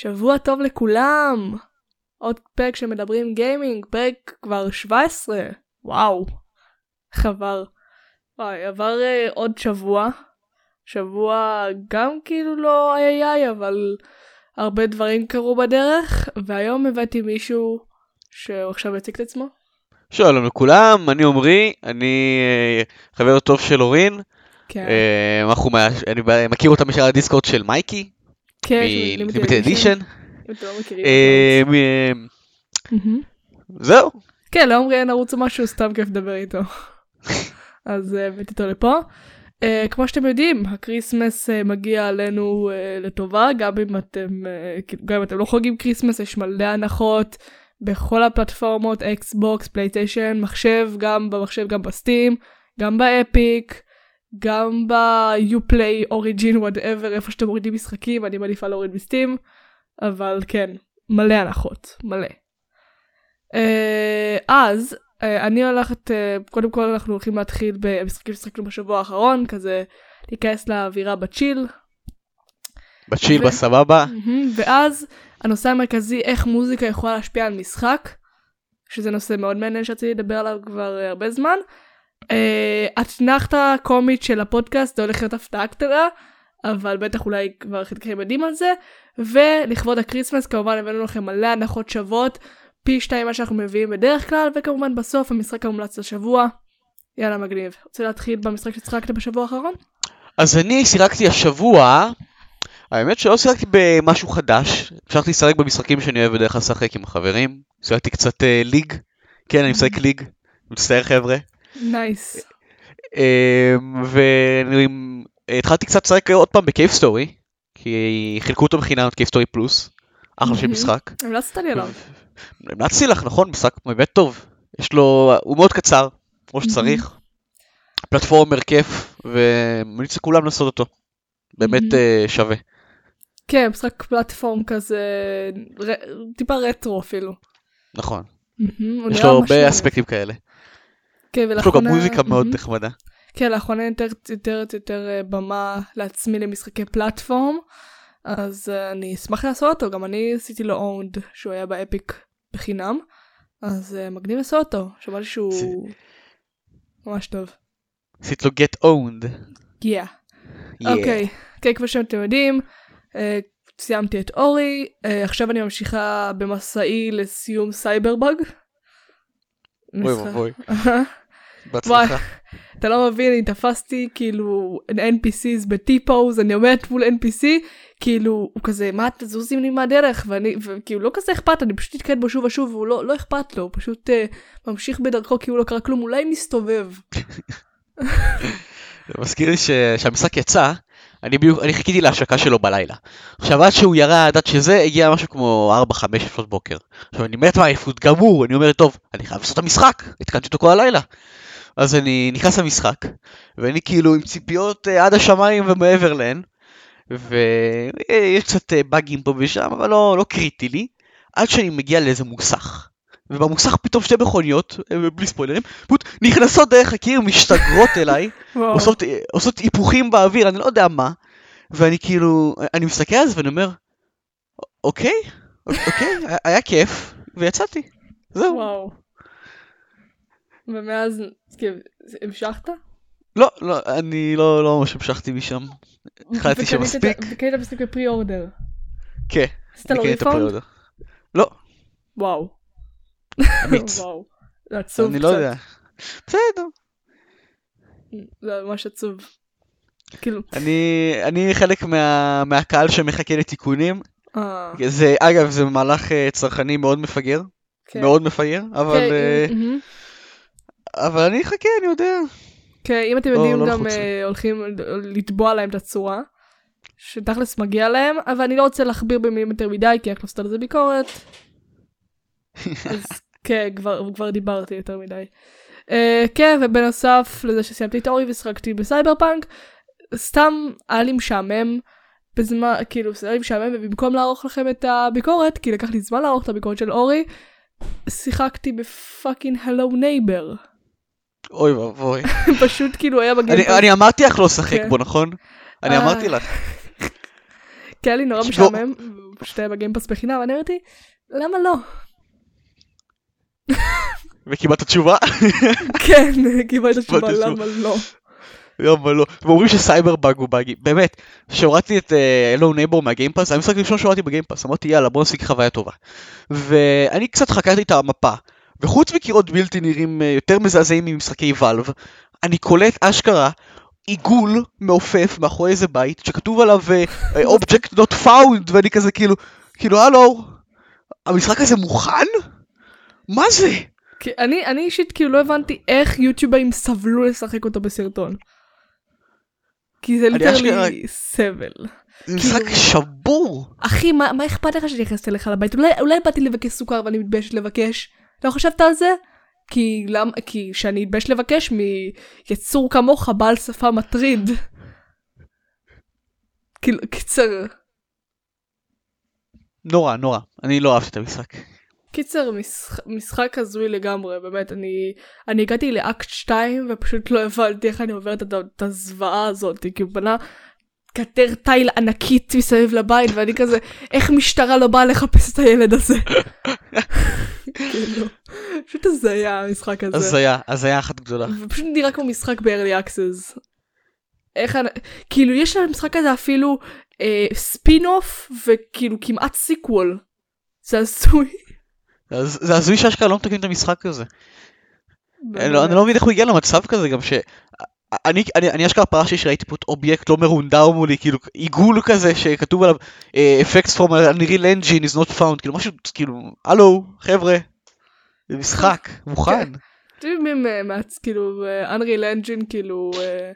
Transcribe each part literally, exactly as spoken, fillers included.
שבוע טוב לכולם. עוד פרק שמדברים גיימינג, פרק כבר שבע עשרה. וואו. איך עבר? וואי, עבר uh, עוד שבוע. שבוע גם כאילו לא איי איי איי, אבל הרבה דברים קרו בדרך, והיום הבאתי מישהו שהוא עכשיו יציג את עצמו. שלום לכולם, אני עומרי, אני uh, חבר טוב של אורין. כן. Uh, אנחנו, אני מכיר אותה משל הדיסקורד של מייקי. כן, מלימיטד אדישן. אם אתם לא מכירים. זהו. כן, לעומרי אין ערוץ או משהו, סתם כיף לדבר איתו. אז הבאתי אותו לפה. כמו שאתם יודעים, הקריסמס מגיע עלינו לטובה, גם אם אתם גם אם אתם לא חוגגים קריסמס, יש מלא הנחות בכל הפלטפורמות, אקסבוקס, פלייסטיישן, מחשב, גם במחשב, גם בסטים, גם באפיק, גם ב-Uplay, Origin, whatever, איפה שאתם מורידים משחקים, אני מעדיפה להוריד בסטים, אבל כן, מלא הנחות, מלא. אז, אני הולכת, קודם כל אנחנו הולכים להתחיל במשחקים ששחקנו בשבוע האחרון, כזה להיכנס לאווירה בצ'יל. בצ'יל, בסבבה. ואז, הנושא המרכזי, איך מוזיקה יכולה להשפיע על משחק, שזה נושא מאוד מעניין שרציתי לדבר עליו כבר הרבה זמן. התנחתה קומית של הפודקאסט, זה הולך להיות הפתעה קטנה, אבל בטח אולי כבר חלקכם יודעים על זה, ולכבוד הקריסמס כמובן הבאנו לכם מלא הנחות שוות, פי שתיים מה שאנחנו מביאים בדרך כלל, וכמובן בסוף המשחק המומלץ לשבוע. יאללה מגניב. רוצה להתחיל במשחק שצחקת בשבוע האחרון? אז אני שיחקתי השבוע, האמת שלא שיחקתי במשהו חדש, אפשרתי לשחק במשחקים שאני אוהב בדרך כלל לשחק עם החברים, שיחקתי קצת uh, ליג, כן אני משחק ליג, מצטער חבר'ה. נייס. והתחלתי קצת לשחק עוד פעם בקייב סטורי, כי חילקו אותו בחינם את קייב סטורי פלוס, אחלה של משחק. המלצת לי עליו. המלצתי לך, נכון, משחק באמת טוב, יש לו, הוא מאוד קצר, כמו שצריך, פלטפורמר כיף, ומניץ לכולם לעשות אותו, באמת שווה. כן, משחק פלטפורם כזה, טיפה רטרו אפילו. נכון, יש לו הרבה אספקטים כאלה. יש לו גם מוזיקה מאוד נחמדה. כן, לאחרונה יותר יותר יותר במה לעצמי למשחקי פלטפורם, אז אני אשמח לעשות אותו, גם אני עשיתי לו אונד שהוא היה באפיק בחינם, אז מגניב לעשות אותו, שמעתי שהוא ממש טוב. עשית לו get owned. כן. אוקיי, כמו שאתם יודעים, סיימתי את אורי, עכשיו אני ממשיכה במסעי לסיום סייברבאג. אוי ובוי. בהצלחה. אתה לא מבין, אני תפסתי כאילו אן פי סיז בטיפוז, אני עומדת מול אן פי סי, כאילו הוא כזה, מה אתם זוזים לי מהדרך, ואני, וכאילו לא כזה אכפת, אני פשוט אתקד בו שוב ושוב, והוא לא, לא אכפת לו, הוא פשוט uh, ממשיך בדרכו, כי הוא לא קרה כלום, אולי מסתובב. זה מזכיר לי שהמשחק יצא, אני, אני חיכיתי להשקה שלו בלילה. עכשיו עד שהוא ירד, עד שזה הגיע משהו כמו ארבע חמש לפנות בוקר. עכשיו אני מת מעייפות גמור, אני אומר טוב, אני חייב לעשות את המשחק, התקנתי אותו כל הלילה. אז אני נכנס למשחק, ואני כאילו עם ציפיות עד השמיים ומעבר להן, ויש קצת בגים פה ושם, אבל לא, לא קריטי לי, עד שאני מגיע לאיזה מוסך. ובמוסך פתאום שתי מכוניות, בלי ספוילרים, פשוט נכנסות דרך הקיר, משתגרות אליי, עושות, עושות היפוכים באוויר, אני לא יודע מה, ואני כאילו, אני מסתכל על זה ואני אומר, אוקיי, אוקיי, היה כיף, ויצאתי, זהו. וואו. ומאז, המשכת? לא, לא, אני לא, לא ממש המשכתי משם. החלטתי שמספיק. וקנית מספיק בפרי אורדר. כן. עשית לו ריפאונד? לא. וואו. אמיץ. וואו. זה עצוב קצת. אני לא יודע. בסדר. זה ממש עצוב. כאילו. אני, אני חלק מה, מהקהל שמחכה לתיקונים. זה, אגב, זה מהלך צרכני מאוד מפגר. מאוד מפגר, אבל... אבל אני אחכה, אני יודע. כן, אם אתם יודעים גם הולכים לטבוע להם את הצורה, שתכלס מגיע להם, אבל אני לא רוצה להכביר במילים יותר מדי, כי אנחנו עושים על זה ביקורת. אז כן, כבר דיברתי יותר מדי. כן, ובנוסף לזה שסיימתי את אורי ושחקתי בסייבר פאנק, סתם היה לי משעמם, בזמן, כאילו, היה לי משעמם, ובמקום לערוך לכם את הביקורת, כי לקח לי זמן לערוך את הביקורת של אורי, שיחקתי בפאקינג הלו נייבר. אוי ואבוי. פשוט כאילו היה בגיימפאס. אני אמרתי לך לא לשחק בו, נכון? אני אמרתי לך. כי היה לי נורא משעמם, פשוט היה בגיימפאס בחינם, ואני אמרתי, למה לא? וקיבלת תשובה? כן, קיבלת תשובה, למה לא? למה לא? ואומרים שסייבר באג הוא באגי, באמת, שהורדתי את אלו נייבור מהגיימפאס, זה המשחק הראשון שהורדתי בגיימפאס, אמרתי יאללה בוא נשיג חוויה טובה. ואני קצת חקרתי את המפה, וחוץ מקירות בלתי נראים יותר מזעזעים ממשחקי ואלב, אני קולט אשכרה עיגול מעופף מאחורי איזה בית, שכתוב עליו Object Not Found, ואני כזה כאילו, כאילו הלו, המשחק הזה מוכן? מה זה? אני, אני אישית כאילו לא הבנתי איך יוטיוברים סבלו לשחק אותו בסרטון. כי זה ליטרלי סבל. זה משחק שבור. אחי, מה, מה אכפת לך שאני נכנסת אליך לבית? אולי, אולי באתי לבקש סוכר ואני מתביישת לבקש. לא חשבת על זה? כי, למ, כי שאני מתביישת לבקש מיצור כמוך בעל שפה מטריד. כאילו, קיצר. נורא, נורא. אני לא אהבתי את המשחק. קיצר, משחק, משחק הזוי לגמרי, באמת, אני, אני הגעתי לאקט שתיים ופשוט לא הבנתי איך אני עוברת את, את הזוועה הזאת, כי הוא בנה כתר תיל ענקית מסביב לבית, ואני כזה, איך משטרה לא באה לחפש את הילד הזה? כאילו, פשוט הזיה המשחק הזה. הזיה, הזיה אחת גדולה. ופשוט נראה כמו משחק ב-early access. איך אני, כאילו, יש למשחק הזה אפילו אה, ספין-אוף, וכאילו כמעט סיקוול. זה הזוי. זה הזוי שאשכרה לא מתקנים את המשחק הזה. אני לא מבין איך הוא הגיע למצב כזה גם ש... אני אשכרה פרשתי שראיתי פה אובייקט לא מרונדר מולי, כאילו עיגול כזה שכתוב עליו effects from Unreal Engine is not found, כאילו משהו, כאילו, הלו, חבר'ה, זה משחק, מוכן. אתם יודעים, כאילו, Unreal Engine, כאילו,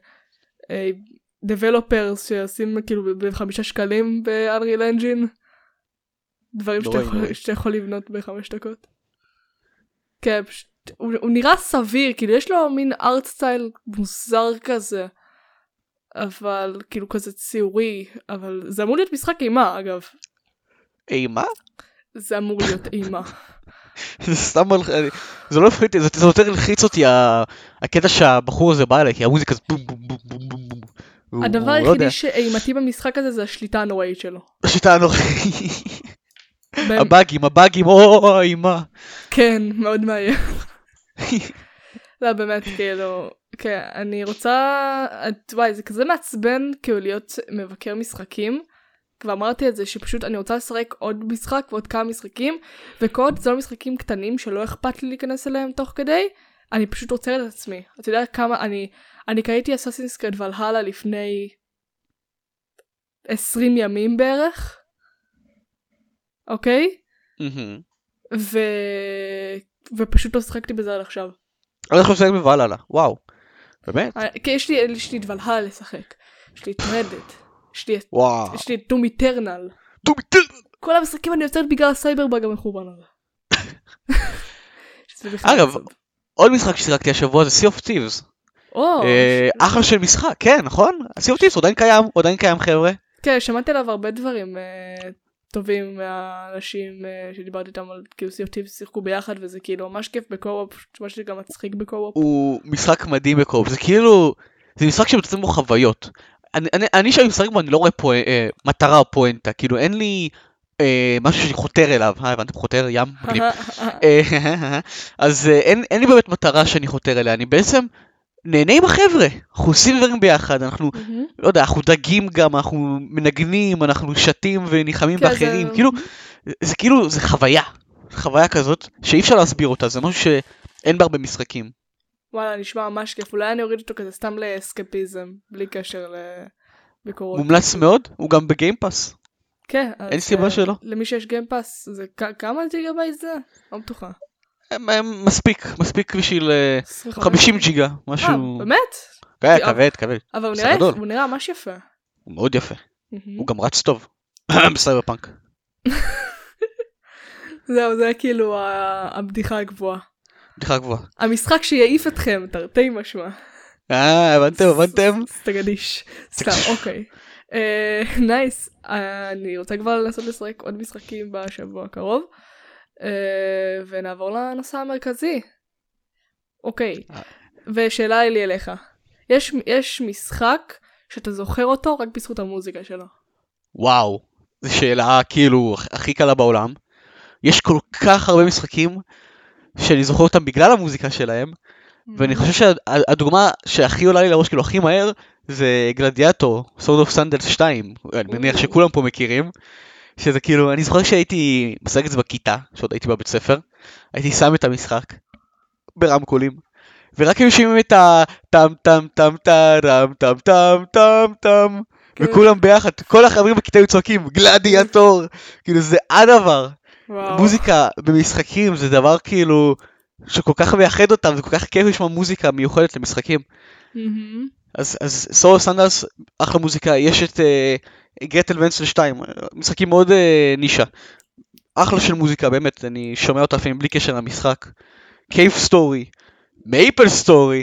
developers שעושים כאילו בחמישה שקלים ב-Unreal Engine, דברים שאתה יכול לבנות בחמש דקות. כן, פשוט, הוא, הוא נראה סביר, כאילו יש לו מין ארט סטייל מוזר כזה, אבל כאילו כזה ציורי, אבל זה אמור להיות משחק אימה אגב. אימה? זה אמור להיות אימה. זה סתם, זה לא הפחיד, זה יותר לחיץ אותי הקטע שהבחור הזה בא אליי, כי המוזיקה זה בום בום בום בום בום בום. הדבר היחידי שאימתי במשחק הזה זה השליטה הנוראית שלו. השליטה הנוראית. הבאגים, הבאגים, או אימה. כן, מאוד מאיים. לא, באמת, כאילו, כן, אני רוצה, וואי, זה כזה מעצבן, כאילו, להיות מבקר משחקים, כבר אמרתי את זה, שפשוט אני רוצה לשחק עוד משחק ועוד כמה משחקים, וכל עוד זה לא משחקים קטנים שלא אכפת לי להיכנס אליהם תוך כדי, אני פשוט עוצר את עצמי. אתה יודע כמה, אני, אני קראתי אסאסינס קריד ולהלה לפני עשרים ימים בערך, אוקיי? ו... ופשוט לא שחקתי בזה עד עכשיו. אני חושב לשחק בוואלהלה, וואו. באמת? כי יש לי, יש לי את ולהלה לשחק. יש לי את רדט. יש לי את... וואו. יש לי את דום איטרנל. דום איטרנל! כל המשחקים אני יוצרת בגלל הסייבר באג המחורבן הזה. אגב, עוד משחק ששיחקתי השבוע זה Sea of Thieves. אחלה של משחק, כן, נכון? Sea of Thieves עדיין קיים, עדיין קיים חבר'ה. כן, שמעתי עליו הרבה דברים טובים מהאנשים שדיברתי איתם על כאילו Sea of Thieves שיחקו ביחד, וזה כאילו ממש כיף בקו-אופ, ממש לי גם מצחיק בקו-אופ. הוא משחק מדהים בקו-אופ, זה כאילו, זה משחק שמתוצאים בו חוויות. אני שאני משחק בו, אני לא רואה מטרה או פואנטה, כאילו אין לי משהו שאני חותר אליו, אה הבנתם חותר ים, מגניב. אז אין לי באמת מטרה שאני חותר אליה, אני בעצם נהנה עם החבר'ה, אנחנו עושים דברים ביחד, אנחנו, לא יודע, אנחנו דגים גם, אנחנו מנגנים, אנחנו שתים וניחמים באחרים, כאילו, זה כאילו, זה חוויה, חוויה כזאת, שאי אפשר להסביר אותה, זה משהו שאין בה הרבה משחקים. וואלה, נשמע ממש כיף, אולי אני אוריד אותו כזה סתם לאסקפיזם, בלי קשר לביקורות. מומלץ מאוד, הוא גם בגיימפאס. כן. אין סיבה שלא. למי שיש גיימפאס, זה כמה ג'יגה בייט זה? לא בטוחה. מספיק, מספיק בשביל חמישים ג'יגה, משהו... אה, באמת? כן, כבד, כבד. אבל הוא נראה ממש יפה. הוא מאוד יפה. הוא גם רץ טוב. בסייבר פאנק. זהו, זה כאילו הבדיחה הגבוהה. בדיחה גבוהה. המשחק שיעיף אתכם, תרתי משמע. אה, הבנתם, הבנתם. סתגדיש. סתם, אוקיי. נייס. אני רוצה כבר לנסות לשחק עוד משחקים בשבוע הקרוב. ונעבור לנושא המרכזי. אוקיי. ושאלה היא לי אליך. יש משחק שאתה זוכר אותו רק בזכות המוזיקה שלו. וואו. זו שאלה כאילו הכי קלה בעולם. יש כל כך הרבה משחקים שאני זוכר אותם בגלל המוזיקה שלהם, ואני חושב שהדוגמה שהכי עולה לי לראש כאילו הכי מהר זה גלדיאטור, Sword of Sandals שתיים, אני מניח שכולם פה מכירים, שזה כאילו, אני זוכר שהייתי משחק את זה בכיתה, שעוד הייתי בבית ספר, הייתי שם את המשחק ברמקולים, ורק היו שומעים את הטם טם טם טם טם טם טם טם, וכולם ביחד, כל החברים בכיתה היו צועקים, גלדיאטור, כאילו זה הדבר. מוזיקה במשחקים זה דבר כאילו שכל כך מייחד אותם, זה כל כך כיף לשמוע מוזיקה מיוחדת למשחקים. אז אז Sword of Sandals אחלה מוזיקה, יש את גרטל ונסל שתיים, משחקים מאוד נישה, אחלה של מוזיקה באמת, אני שומע אותה לפעמים בלי קשר למשחק. קייב סטורי, מייפל סטורי,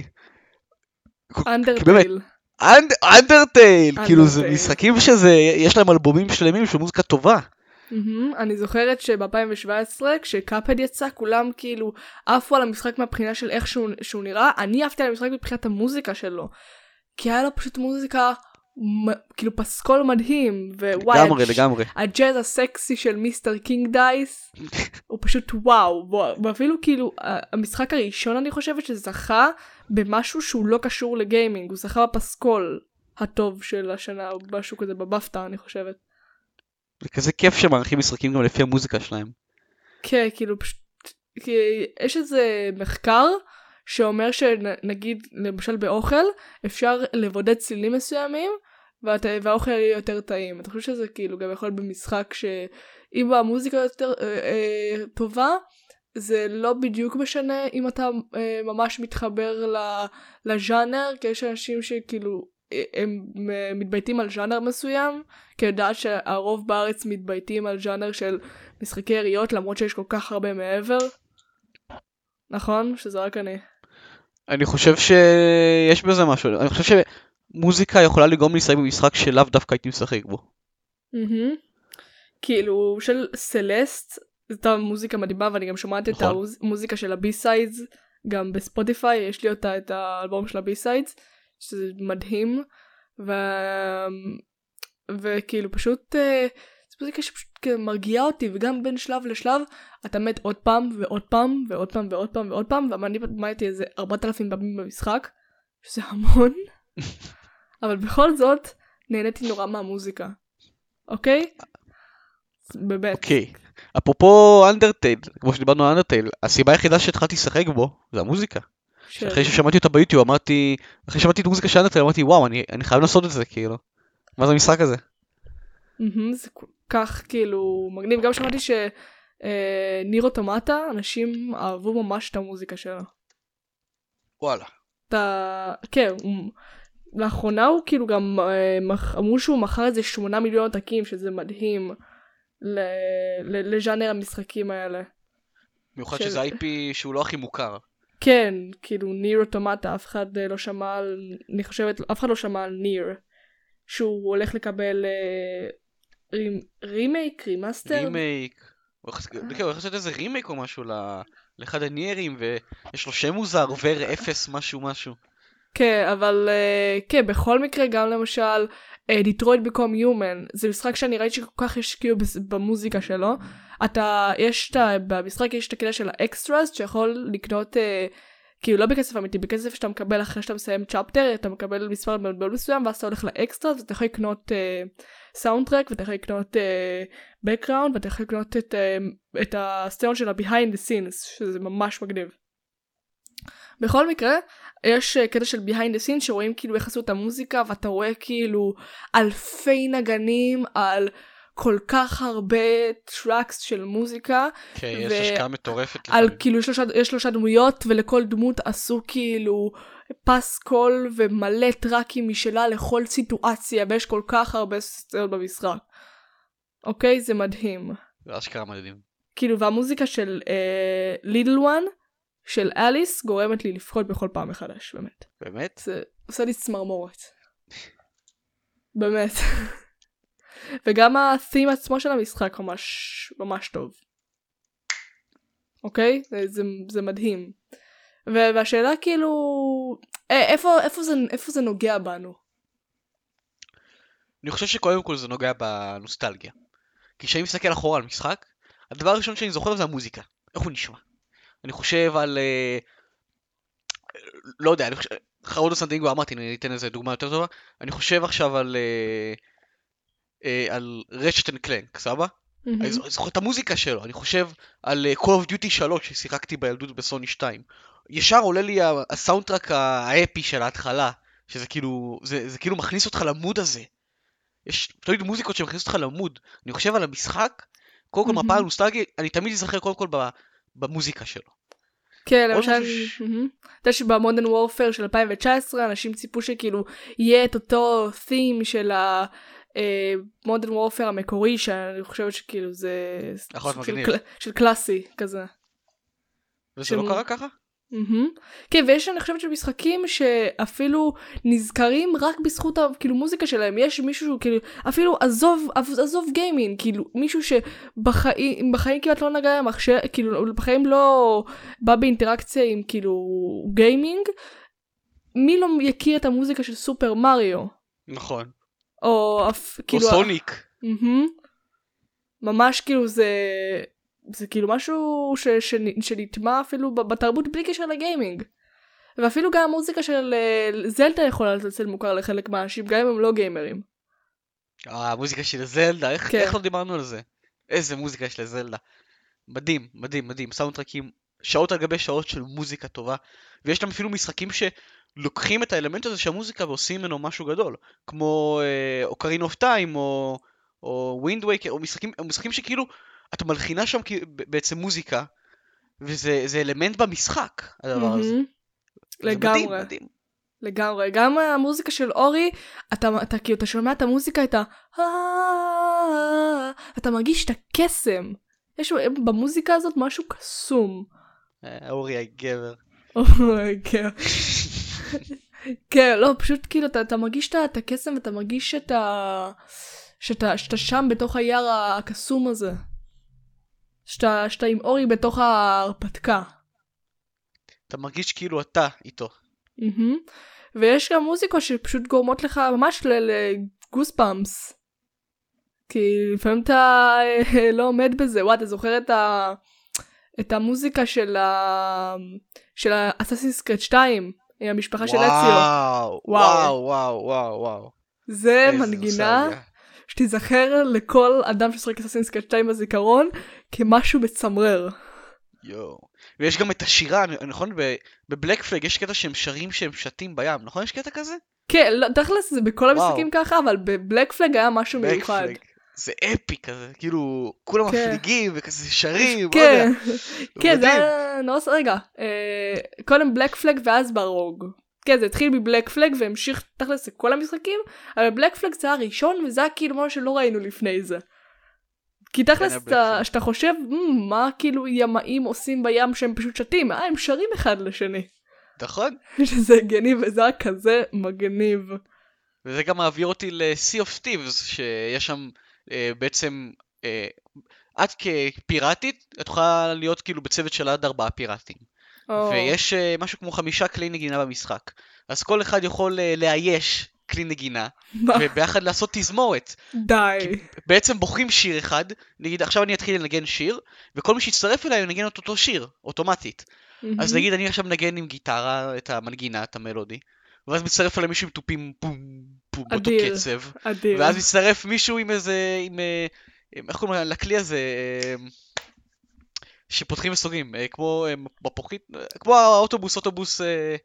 אנדרטייל, אנדרטייל, כאילו זה משחקים שזה, יש להם אלבומים שלמים של מוזיקה טובה. Mm-hmm. אני זוכרת שב-אלפיים שבע עשרה כשקאפד יצא כולם כאילו עפו על המשחק מהבחינה של איך שהוא, שהוא נראה. אני עפתי על המשחק מבחינת המוזיקה שלו, כי היה לו פשוט מוזיקה מ- כאילו פסקול מדהים, ווואי, לגמרי, הג'- לגמרי. הג'אז הסקסי של מיסטר קינג דייס הוא פשוט וואו, ואפילו כאילו המשחק הראשון אני חושבת שזכה במשהו שהוא לא קשור לגיימינג, הוא זכה בפסקול הטוב של השנה או משהו כזה בבפטה אני חושבת. זה כזה כיף שמערכים משחקים גם לפי המוזיקה שלהם. כן, כאילו פשוט, כי יש איזה מחקר שאומר שנגיד למשל באוכל אפשר לבודד צלילים מסוימים ואת, והאוכל יהיה יותר טעים. אתה חושב שזה כאילו גם יכול במשחק שאם המוזיקה יותר אה, אה, טובה, זה לא בדיוק משנה אם אתה אה, ממש מתחבר לז'אנר, כי יש אנשים שכאילו הם מתבייתים על ז'אנר מסוים, כי יודעת שהרוב בארץ מתבייתים על ז'אנר של משחקי יריות, למרות שיש כל כך הרבה מעבר. נכון? שזה רק אני. אני חושב שיש בזה משהו. אני חושב שמוזיקה יכולה לגרום לי לשחק במשחק שלאו דווקא הייתי משחק בו. כאילו של סלסט, זאת מוזיקה מדהימה, ואני גם שומעת את המוזיקה של הבי-סיידס, גם בספוטיפיי, יש לי אותה את האלבום של הבי-סיידס, שזה מדהים, ו... וכאילו פשוט, זו מוזיקה שפשוט מרגיעה אותי, וגם בין שלב לשלב, אתה מת עוד פעם, ועוד פעם, ועוד פעם, ועוד פעם, ועוד פעם, ואני מייתי איזה ארבעת אלפים פעמים במשחק, שזה המון, אבל בכל זאת, נהניתי נורא מהמוזיקה. אוקיי? באמת. אוקיי. אפרופו אנדרטייל, כמו שדיברנו על אנדרטייל, הסיבה היחידה שהתחלתי לשחק בו, זה המוזיקה. אחרי ששמעתי אותה ביוטיוב, אמרתי, אחרי ששמעתי את המוזיקה של אנדרטייל, אמרתי, וואו, אני, אני חייב לעשות את זה, כאילו. מה זה המשחק הזה? זה כל כך, כאילו, מגניב. גם שמעתי שניר אוטומטה, אנשים אהבו ממש את המוזיקה שלה. וואלה. אתה, כן, לאחרונה הוא כאילו גם, אמרו שהוא מכר איזה שמונה מיליון עותקים, שזה מדהים, לז'אנר המשחקים האלה. במיוחד שזה איי פי שהוא לא הכי מוכר. כן, כאילו ניר אוטומטה, אף אחד לא שמע על, אני חושבת, אף אחד לא שמע על ניר, שהוא הולך לקבל רימייק, רימאסטר? רימייק, הוא הולך לעשות איזה רימייק או משהו לאחד הנירים, ויש לו שם מוזר, ור אפס משהו משהו. כן, אבל כן, בכל מקרה גם למשל, דיטרויט ביקום יומן, זה משחק שאני ראיתי שכל כך השקיעו במוזיקה שלו, אתה, יש את, במשחק יש את הקטע של האקסטרס, שיכול לקנות, כאילו לא בכסף אמיתי, בכסף שאתה מקבל אחרי שאתה מסיים צ'פטר, אתה מקבל מספר מאוד מסוים, ואז אתה הולך לאקסטרס, ואתה יכול לקנות סאונד טרק, ואתה יכול לקנות בקראונד, ואתה יכול לקנות את, את הסצנות של ה-behind the scenes, שזה ממש מגניב. בכל מקרה, יש קטע של behind the scenes שרואים כאילו איך עשו את המוזיקה, ואתה רואה כאילו אלפי נגנים על כל כך הרבה טראקס של מוזיקה. כן, יש השקעה מטורפת. על כאילו יש שלושה, יש שלושה דמויות, ולכל דמות עשו כאילו פס קול ומלא טראקים משלה לכל סיטואציה, ויש כל כך הרבה סצנות במשחק. אוקיי? זה מדהים. זה השקעה מדהים. כאילו, והמוזיקה של לידל וואן, של אליס, גורמת לי לפחות בכל פעם מחדש, באמת. באמת? זה עושה לי צמרמורת. באמת. וגם התים עצמו של המשחק ממש, ממש טוב. אוקיי? זה, זה, זה מדהים. והשאלה כאילו, איפה, איפה זה, איפה זה נוגע בנו? אני חושב שקודם כל זה נוגע בנוסטלגיה. כי כשאני מסתכל אחורה על משחק, הדבר הראשון שאני זוכר זה המוזיקה. איך הוא נשמע? אני חושב על... אה, לא יודע, אני חושב... חרודו סנטינגו אמרתי, אני אתן איזה דוגמה יותר טובה. אני חושב עכשיו על... אה, אה, על רצ'ט אנד קלנק, סבבה? אני זוכר את המוזיקה שלו, אני חושב על Call of Duty שלוש ששיחקתי בילדות בסוני שתיים. ישר עולה לי הסאונדטרק האפי של ההתחלה, שזה כאילו, זה, זה כאילו מכניס אותך למוד הזה. יש תמיד מוזיקות שמכניס אותך למוד. אני חושב על המשחק, קודם כל מפה נוסטלגי, אני תמיד אזכר קודם כל במוזיקה שלו. כן, למשל, אתה יודע שבמודרן וורפר של אלפיים תשע עשרה, אנשים ציפו שכאילו יהיה את אותו theme של ה... מודרן וורפר המקורי, שאני חושבת שכאילו זה של קלאסי כזה. וזה לא קרה ככה? כן, ויש אני חושבת שמשחקים שאפילו נזכרים רק בזכות כאילו מוזיקה שלהם. יש מישהו שהוא כאילו אפילו עזוב עזוב גיימינג, כאילו מישהו שבחיים בחיים כמעט לא נגע במחשב, כאילו בחיים לא בא באינטראקציה עם כאילו גיימינג, מי לא יכיר את המוזיקה של סופר מריו? נכון. או כאילו... או סוניק. ממש כאילו זה... זה כאילו משהו ש... ש... שנטמע אפילו בתרבות בלי קשר לגיימינג. ואפילו גם המוזיקה של זלדה יכולה לצלצל מוכר לחלק מהאנשים, גם אם הם לא גיימרים. אה, המוזיקה של זלדה, איך, כן. איך לא דיברנו על זה? איזה מוזיקה של זלדה. מדהים, מדהים, מדהים. סאונדטרקים, שעות על גבי שעות של מוזיקה טובה. ויש להם אפילו משחקים ש... לוקחים את האלמנט הזה של המוזיקה ועושים ממנו משהו גדול, כמו אוקרינה אוף טיים או או ווינד וייקר, או משחקים, משחקים שכאילו אתה מלחינה שם בעצם מוזיקה, וזה זה אלמנט במשחק, הדבר הזה. לגמרי. מדהים, מדהים. לגמרי. גם המוזיקה של אורי, אתה, אתה, כאילו, אתה שומע את המוזיקה, את ה... אתה מרגיש את הקסם. יש במוזיקה הזאת משהו קסום. אורי הגבר. אורי הגבר. כן, לא, פשוט כאילו, אתה, אתה מרגיש את הקסם, ואתה מרגיש שאתה, שאתה, שאתה שם בתוך היער הקסום הזה. שאתה, שאתה עם אורי בתוך ההרפתקה. אתה מרגיש כאילו אתה איתו. Mm-hmm. ויש גם מוזיקות שפשוט גורמות לך ממש לגוספאמס. כי לפעמים אתה לא עומד בזה. וואי, אתה זוכר את, ה, את המוזיקה של, ה, של אסאסינס קריד שתיים? עם המשפחה של אציו. וואו, וואו, וואו, וואו, וואו. זה מנגינה שתיזכר לכל אדם ששחק אסאסינס קריד שתיים בזיכרון כמשהו מצמרר. יואו. ויש גם את השירה, נכון? בבלק פלג יש קטע שהם שרים שהם שתים בים, נכון? יש קטע כזה? כן, תכלס זה בכל המשחקים ככה, אבל בבלק פלג היה משהו מיוחד. זה אפי כזה, כאילו, כולם מפליגים וכזה שרים. כן, כן, זה היה נורס, רגע, קודם בלק פלג ואז ברוג. כן, זה התחיל מבלק פלג והמשיך תכלס לכל המשחקים, אבל בלק פלג זה הראשון וזה היה כאילו מה שלא ראינו לפני זה. כי תכלס שאתה חושב, מה כאילו ימאים עושים בים שהם פשוט שתים, אה, הם שרים אחד לשני. נכון. שזה גניב וזה היה כזה מגניב. וזה גם מעביר אותי ל-Sea of Thieves, שיש שם בעצם, את כפיראטית, את יכולה להיות כאילו בצוות של עד ארבעה פיראטים. ויש משהו כמו חמישה כלי נגינה במשחק. אז כל אחד יכול לאייש כלי נגינה, וביחד לעשות תזמורת. די. בעצם בוחרים שיר אחד, נגיד עכשיו אני אתחיל לנגן שיר, וכל מי שיצטרף אליי נגן את אותו שיר, אוטומטית. אז נגיד אני עכשיו נגן עם גיטרה את המנגינה, את המלודי, ואז מצטרף אליי מישהו עם טופים פום פום באותו קצב. אדיר. ואז מצטרף מישהו עם איזה, עם, איך קוראים לכלי הזה, שפותחים וסוגרים, כמו מפוחית, כמו האוטובוס, אוטובוס,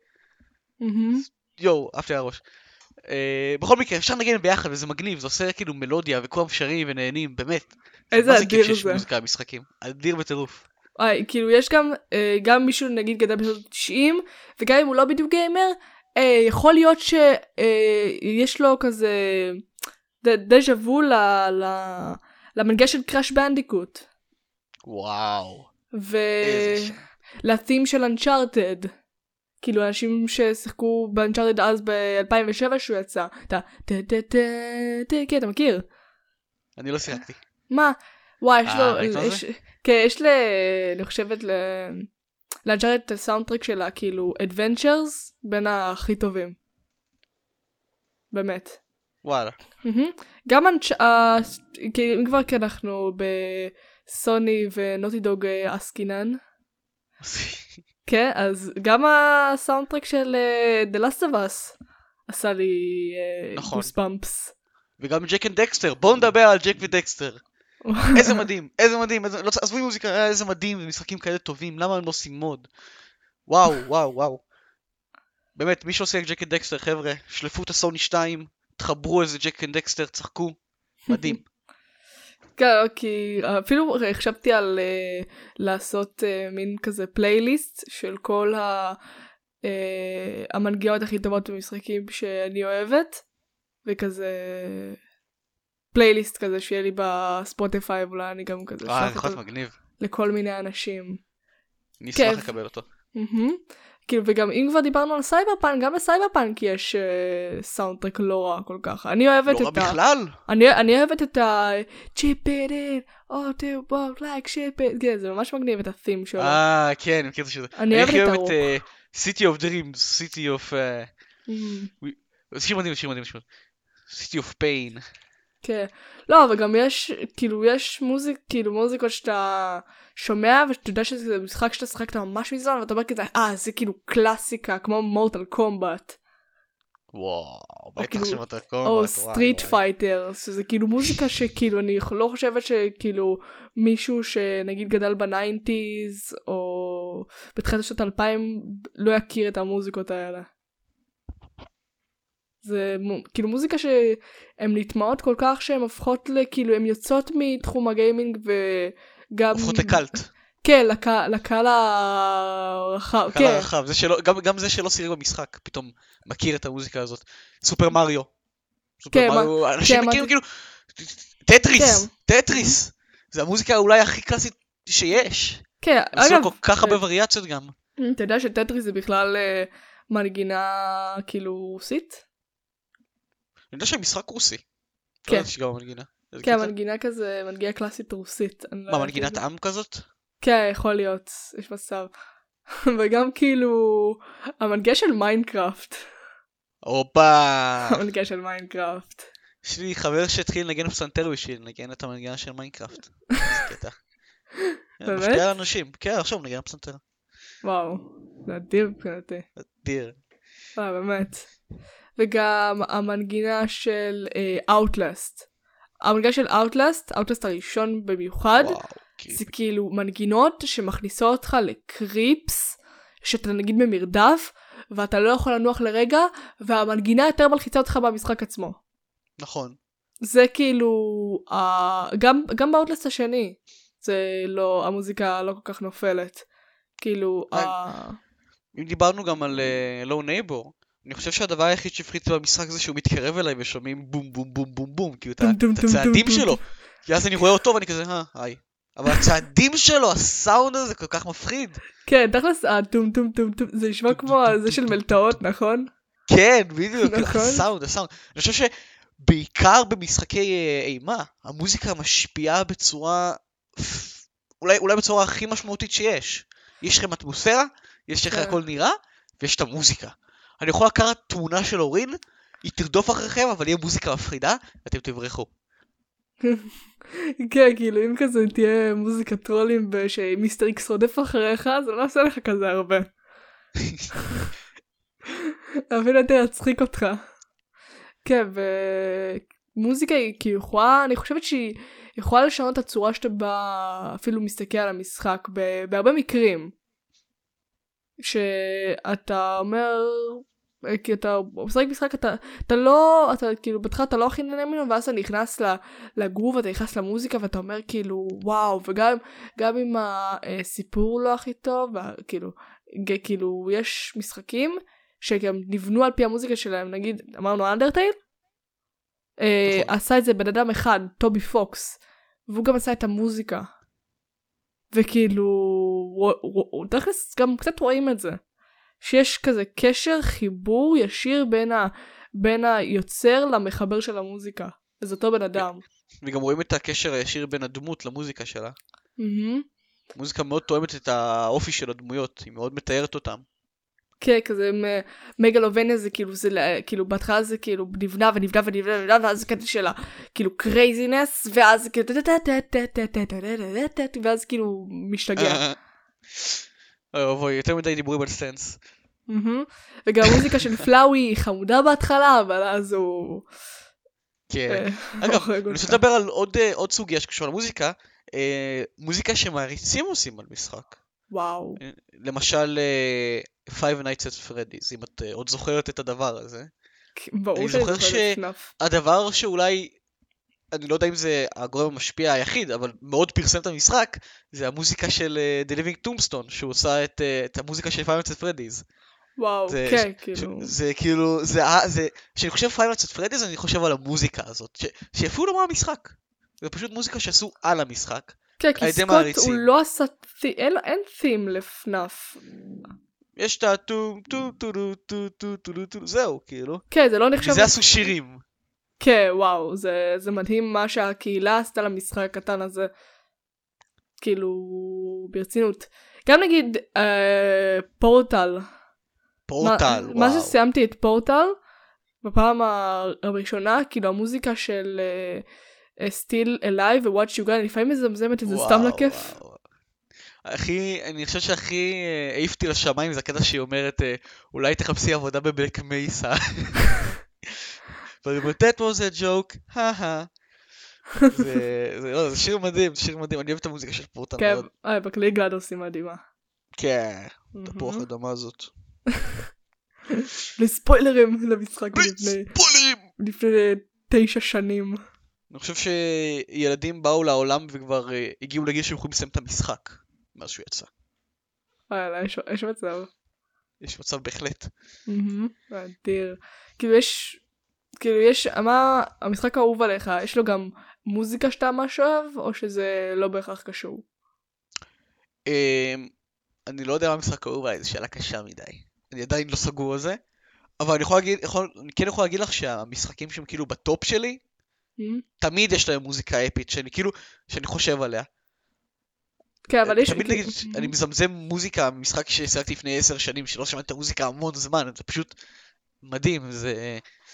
יואו, עפתי על הראש. בכל מקרה, אפשר לנגן ביחד וזה מגניב, זה עושה כאילו מלודיה וכולם שרים ונהנים, באמת. איזה אדיר זה. שיש מוזיקה במשחקים, אדיר בטירוף. וואי, כאילו יש גם, גם מישהו נגיד גדל בשנות תשעים, וגם אם הוא לא בדיוק גיימר, יכול להיות שיש לו כזה דז'ה וו למנגן של קראש בנדיקוט. וואו. ולתים של אנצ'ארטד. כאילו אנשים ששיחקו באנצ'ארטד אז ב-אלפיים ושבע שהוא יצא. אתה, תה תה תה תה, כן, אתה מכיר? אני לא שיחקתי. מה? וואי, יש לו, כן, יש ל... אני חושבת לאנצ'ארטד את הסאונדטרק שלה, כאילו, Adventures, בין הכי טובים. באמת. וואלה. גם אם כבר כי אנחנו בסוני ונוטי דוג אסקינן, כן, אז גם הסאונדטרק של The Last of Us עשה לי גוספאמפס. וגם ג'ק אנד דקסטר, בואו נדבר על ג'ק ודקסטר. איזה מדהים, איזה מדהים, עזבו לי מוזיקה, איזה מדהים, ומשחקים כאלה טובים, למה הם לא עושים מוד? וואו, וואו, וואו. באמת, מי שעושה ג'ק אנד דקסטר, חבר'ה, שלפו את הסוני שתיים, תחברו איזה ג'ק אנד דקסטר, צחקו, מדהים. כן, כי אפילו חשבתי על לעשות מין כזה פלייליסט של כל המנגיעות הכי טובות במשחקים שאני אוהבת, וכזה פלייליסט כזה שיהיה לי בספוטיפיי, אולי אני גם כזה אה, יכול להיות מגניב. לכל מיני אנשים. אני אשמח לקבל אותו. כאילו, וגם אם כבר דיברנו על סייבר פאנק, גם בסייבר פאנק יש סאונדטרק לא רע כל כך. אני אוהבת את ה... לא רע בכלל? אני אוהבת את ה... Chip it in, or to walk like ship it. כן, זה ממש מגניב את הת'ים שלו. אה, כן, אני מכיר את השיר. אני אוהבת את הרוק. אני אוהבת City of Dreams, City of... שיר מדהים, שיר מדהים, שיר מדהים. City of Pain. כן. לא, אבל גם יש, כאילו, יש מוזיק, כאילו, מוזיקות שאתה שומע, ואתה יודע שזה משחק שאתה שחק, אתה ממש מזמן, ואתה אומר כזה, אה, זה כאילו קלאסיקה, כמו מורטל קומבט. וואו, בטח שמורטל קומבט. או סטריט פייטר, שזה כאילו מוזיקה שכאילו, אני לא חושבת שכאילו, מישהו שנגיד גדל בניינטיז, או בתחילת השנות אלפיים, לא יכיר את המוזיקות האלה. זה כאילו מוזיקה שהן נטמעות כל כך שהן הופכות לכאילו הן יוצאות מתחום הגיימינג וגם הופכות לקלט. כן, לקהל הרחב. לקהל הרחב, גם זה שלא שיחק במשחק פתאום מכיר את המוזיקה הזאת. סופר מריו. סופר מריו, אנשים מכירים כאילו טטריס, טטריס. זה המוזיקה אולי הכי קלאסית שיש. כן, אגב. כל כך הרבה וריאציות גם. אתה יודע שטטריס זה בכלל מנגינה כאילו רוסית? אני יודע שהמשחק רוסי. כן. כן, מנגינה כזה, מנגינה קלאסית רוסית. מה, מנגינת עם כזאת? כן, יכול להיות, יש מצב. וגם כאילו, המנגינה של מיינקראפט. אופה. המנגינה של מיינקראפט. יש לי חבר שהתחיל לנגן בפסנתר בשביל לנגן את המנגינה של מיינקראפט. איזה קטע. באמת? משפיע על אנשים. כן, עכשיו נגן בפסנתר. וואו, זה אדיר מבחינתי. אדיר. אה, באמת. וגם המנגינה של Outlast. המנגינה של Outlast, Outlast הראשון במיוחד, זה כאילו מנגינות שמכניסות אותך לקריפס, שאתה נגיד במרדף, ואתה לא יכול לנוח לרגע, והמנגינה יותר מלחיצה אותך במשחק עצמו. נכון. זה כאילו, גם, גם באוטלסט השני, זה לא, המוזיקה לא כל כך נופלת. כאילו, אם דיברנו גם על Low Neighbor, אני חושב שהדבר היחיד שהפחיד במשחק זה שהוא מתקרב אליי ושומעים בום בום בום בום בום, כאילו את הצעדים שלו. כי אז אני רואה אותו ואני כזה, אה, היי. אבל הצעדים שלו, הסאונד הזה כל כך מפחיד. כן, תכלס, הטום טום טום טום, זה נשמע כמו זה של מלטעות, נכון? כן, בדיוק, הסאונד, הסאונד. אני חושב שבעיקר במשחקי אימה, המוזיקה משפיעה בצורה, אולי בצורה הכי משמעותית שיש. יש לכם אטמוספירה, יש לכם הכל נראה, ויש את המוזיקה. אני יכול לקחת תמונה של אורין, היא תרדוף אחריכם, אבל יהיה מוזיקה מפחידה, ואתם תברחו. כן, כאילו, אם כזה תהיה מוזיקה טרולים שמיסטר איקס רודף אחריך, זה לא עושה לך כזה הרבה. אפילו יותר יצחיק אותך. כן, ומוזיקה היא כאילו יכולה, אני חושבת שהיא יכולה לשנות את הצורה שאתה בא, אפילו מסתכל על המשחק, בהרבה מקרים. שאתה אומר, כי אתה משחק משחק, אתה, אתה לא, אתה כאילו, בתך אתה לא הכי נהנה ממנו, ואז אתה נכנס לגרוב, אתה נכנס למוזיקה, ואתה אומר כאילו, וואו, וגם גם אם הסיפור לא הכי טוב, כאילו, כאילו, יש משחקים שגם נבנו על פי המוזיקה שלהם, נגיד, אמרנו אנדרטייל, עשה את זה בן אדם אחד, טובי פוקס, והוא גם עשה את המוזיקה. וכאילו, תכלס גם קצת רואים את זה. שיש כזה קשר, חיבור ישיר בין, ה, בין היוצר למחבר של המוזיקה. אז אותו בן אדם. וגם רואים את הקשר הישיר בין הדמות למוזיקה שלה. Mm-hmm. מוזיקה מאוד תואמת את האופי של הדמויות, היא מאוד מתארת אותם. כן, כזה מגלובניה זה כאילו, זה כאילו, בהתחלה זה כאילו נבנה ונבנה ונבנה ונבנה, ואז זה קטע של כאילו קרייזינס, ואז כאילו, ואז כאילו משתגע. אוי, יותר מדי דיבורים על סנס. וגם המוזיקה של פלאוי היא חמודה בהתחלה, אבל אז הוא... כן. אגב, אני רוצה לדבר על עוד סוגיה שקשור למוזיקה, מוזיקה שמעריצים עושים על משחק. וואו. למשל, Five Nights at Freddy's, אם את עוד זוכרת את הדבר הזה. ברור שאני זוכרת את סנאפ. הדבר שאולי, אני לא יודע אם זה הגורם המשפיע היחיד, אבל מאוד פרסם את המשחק, זה המוזיקה של The Living Tombstone, שהוא עושה את, את המוזיקה של Five Nights at Freddy's. וואו, זה, כן, ש, כאילו. ש, זה כאילו, זה, זה, כשאני חושב Five Nights at Freddy's, אני חושב על המוזיקה הזאת, ש, שאפילו לא מהמשחק. זה פשוט מוזיקה שעשו על המשחק. כן, כי סקוט הוא לא עשה, אין, אין תים לפנאף. יש את הטום, טום, טום, טום, טום, טום, טום, זהו, כאילו. כן, זה לא נחשב... וזה עשו שירים. כן, וואו, זה, זה מדהים מה שהקהילה עשתה למשחק הקטן הזה. כאילו, ברצינות. גם נגיד, אה, פורטל. פורטל, מה, וואו. מה שסיימתי את פורטל, בפעם הראשונה, כאילו המוזיקה של uh, uh, Still Alive ו-Watch You Gun, לפעמים מזמזמת את זה סתם לכיף. אחי, אני חושב שהכי uh, העיפתי לשמיים, זה הקטע שהיא אומרת, uh, אולי תחפשי עבודה בבלק מייסה. ואני אומרת, that was a joke, הא זה שיר מדהים, זה שיר מדהים, אני אוהב את המוזיקה של פורטל מאוד. כן, בכלי גלדוס היא מדהימה. כן, תפוח אדמה הזאת. בלי ספוילרים למשחק ספוילרים! לפני תשע שנים. אני חושב שילדים באו לעולם וכבר הגיעו לגיל שהם יכולים לסיים את המשחק מאז שהוא יצא. וואלה, יש מצב. יש מצב בהחלט. אדיר. כאילו יש, כאילו יש, מה המשחק האהוב עליך, יש לו גם מוזיקה שאתה ממש אוהב, או שזה לא בהכרח קשור? אני לא יודע מה המשחק האהוב עליי, זו שאלה קשה מדי. אני עדיין לא סגור על זה, אבל אני, יכול להגיד, יכול, אני כן יכול להגיד לך שהמשחקים שהם כאילו בטופ שלי, mm-hmm. תמיד יש להם מוזיקה אפית, שאני כאילו, שאני חושב עליה. כן, אבל יש... תמיד נגיד, mm-hmm. אני מזמזם מוזיקה, משחק ששיחקתי לפני עשר שנים, שלא שמעתי את המוזיקה המון זמן, זה פשוט מדהים, זה...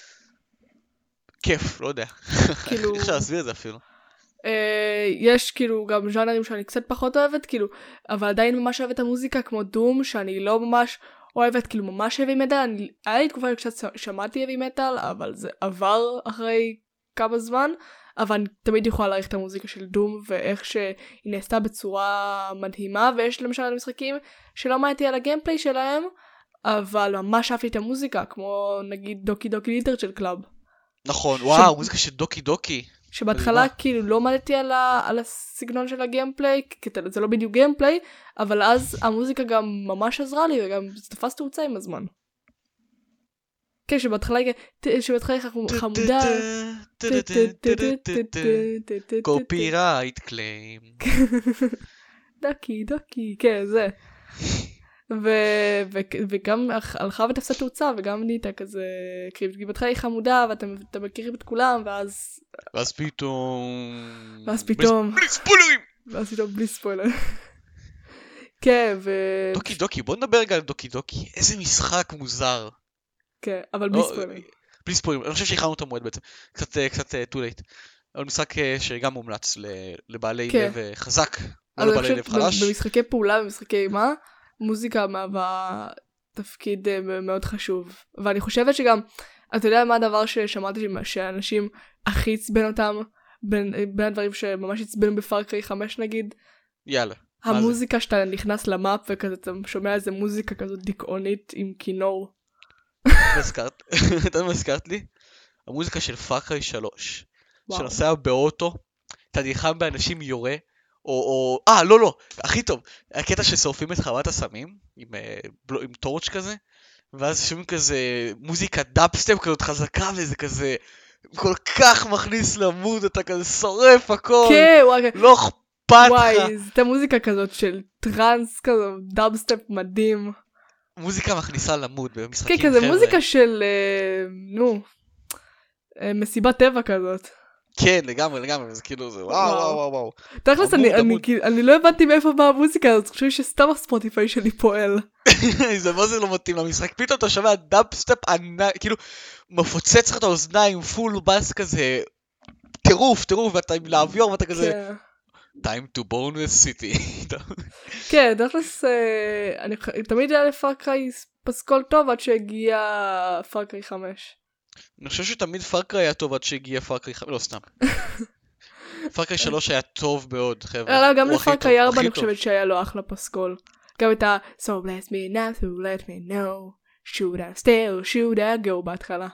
כיף, לא יודע. כאילו... איך להסביר את זה אפילו. יש כאילו גם ז'אנרים שאני קצת פחות אוהבת, כאילו, אבל עדיין ממש אוהבת את המוזיקה, כמו דום, שאני לא ממש... אוהבת כאילו ממש heavy metal, היה לי תקופה שקצת שמעתי heavy metal, אבל זה עבר אחרי כמה זמן, אבל אני תמיד יכולה להעריך את המוזיקה של דום, ואיך שהיא נעשתה בצורה מדהימה, ויש למשל משחקים שלא מעטתי על הגיימפליי שלהם, אבל ממש אהבתי את המוזיקה, כמו נגיד דוקי דוקי ליטרצ'ל קלאב. נכון, וואו, מוזיקה של דוקי דוקי. שבהתחלה כאילו לא מעטתי על, ה, על הסגנון של הגיימפליי, כי זה לא בדיוק גיימפליי, אבל אז המוזיקה גם ממש עזרה לי, וגם זה תפס תאוצה עם הזמן. כן, שבהתחלה שבהתחלה חמודה. קופירייט קליים. דוקי, דוקי, כן, זה. ו- ו- וגם הלכה ותפסה תאוצה, וגם נהייתה כזה, כי בהתחלה היא חמודה, ואתם מכירים את כולם, ואז... ואז פתאום... ואז פתאום... בלי ספוילרים! ואז פתאום בלי ספוילר. כן, ו... דוקי דוקי, בוא נדבר רגע על דוקי דוקי, איזה משחק מוזר. כן, אבל בלי ספוילרים. בלי ספוילרים, אני חושב שהכנו את המועד בעצם, קצת too late. אבל משחק שגם מומלץ לבעלי לב חזק, לא לבעלי לב חלש. במשחקי פעולה, במשחקי אימה, מוזיקה מהווה תפקיד מאוד חשוב. ואני חושבת שגם, אתה יודע מה הדבר ששמעתי שאנשים הכי עצבן אותם, בין, בין הדברים שממש עצבנו בפארקריי חמש נגיד? יאללה. המוזיקה שאתה נכנס למאפ וכזה, אתה שומע איזה מוזיקה כזאת דיכאונית עם כינור. אתה מזכרת לי? המוזיקה של פארקריי שלוש. שנוסע באוטו, אתה נלחם באנשים יורה, או, או, אה, לא, לא, הכי טוב, הקטע ששורפים את חוות הסמים, עם, עם טורץ' כזה, ואז שומעים כזה מוזיקה דאפסטפ כזאת חזקה, וזה כזה כל כך מכניס למוד, אתה כזה שורף הכל, כן, וואי, לא אכפת לך. וואי, זאת המוזיקה כזאת של טרנס כזאת, דאפסטפ מדהים. מוזיקה מכניסה למוד במשחקים כן, כזה מוזיקה של, נו, מסיבת טבע כזאת. כן, לגמרי, לגמרי, זה כאילו זה, וואו, וואו, וואו, וואו. תכלס, אני לא הבנתי מאיפה באה המוזיקה הזאת, חושבים שסתם הספוטיפיי שלי פועל. זה מה זה לא מתאים למשחק, פתאום אתה שומע דאפסטפ ענק, כאילו, מפוצץ לך את האוזניים, פול בס כזה, טירוף, טירוף, ואתה עם לאוויור, ואתה כזה, time to bonus city. כן, תכלס, תמיד היה לפארקריי פסקול טוב עד שהגיע פארקריי חמש. אני חושב שתמיד פארקריי היה טוב עד שהגיע פארקריי חמש, לא סתם. פארקריי שלוש היה טוב מאוד, חבר'ה. לא, גם לפארקריי ארבע אני חושבת שהיה לו אחלה פסקול. גם את ה- So let me know, so let me know, should I stay or should I go בהתחלה.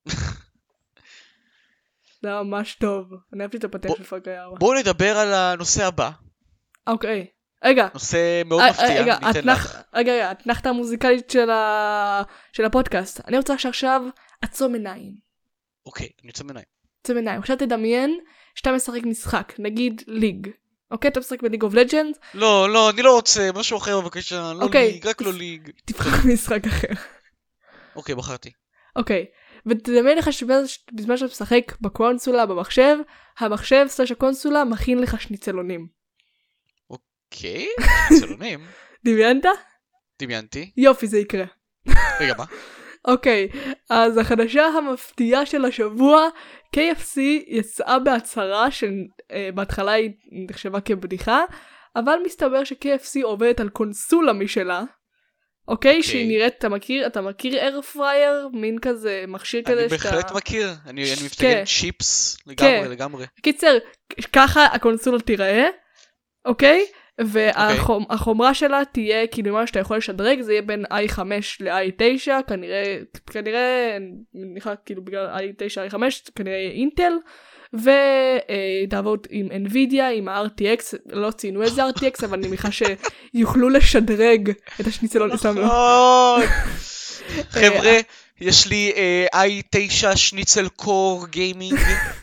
זה היה ממש טוב. אני אהבתי את הפתח של פארקריי ארבע. בואו נדבר על הנושא הבא. אוקיי. רגע. נושא מאוד מפתיע, ניתן לך. רגע, רגע, התנחת המוזיקלית של הפודקאסט. אני רוצה שעכשיו עצום עיניים. אוקיי, אני עצום עיניים. עצום עיניים. עכשיו תדמיין שאתה משחק משחק, נגיד ליג. אוקיי, אתה משחק בליג אוף לג'נדס? לא, לא, אני לא רוצה, משהו אחר בבקשה, לא ליג, רק לא ליג. תבחר משחק אחר. אוקיי, בחרתי. אוקיי, ותדמיין לך שבזמן שאתה משחק בקונסולה, במחשב, המחשב סלש הקונסולה מכין לך שניצלונים. אוקיי, שניצלונים. דמיינת? דמיינתי. יופי, זה יקרה. רגע, מה? אוקיי, אז החדשה המפתיעה של השבוע, קיי אף סי יצאה בהצהרה שבהתחלה היא נחשבה כבדיחה, אבל מסתבר ש-קיי אף סי עובדת על קונסולה משלה, אוקיי? שהיא נראית, אתה מכיר, אתה מכיר אייר פרייר? מין כזה מכשיר כזה שאתה... אני בהחלט מכיר, אני מפתגן צ'יפס לגמרי, לגמרי. קיצר, ככה הקונסולה תיראה, אוקיי? והחומרה שלה תהיה, כאילו מה שאתה יכול לשדרג, זה יהיה בין איי חמש ל-איי תשע, כנראה, כנראה, נניחה כאילו בגלל איי תשע, איי חמש, כנראה אינטל, ותעבוד עם NVIDIA, עם ה-אר טי אקס, לא ציינו איזה אר טי אקס, אבל אני מניחה שיוכלו לשדרג את השניצלון. נכון! חבר'ה, יש לי איי תשע שניצל קור גיימינג,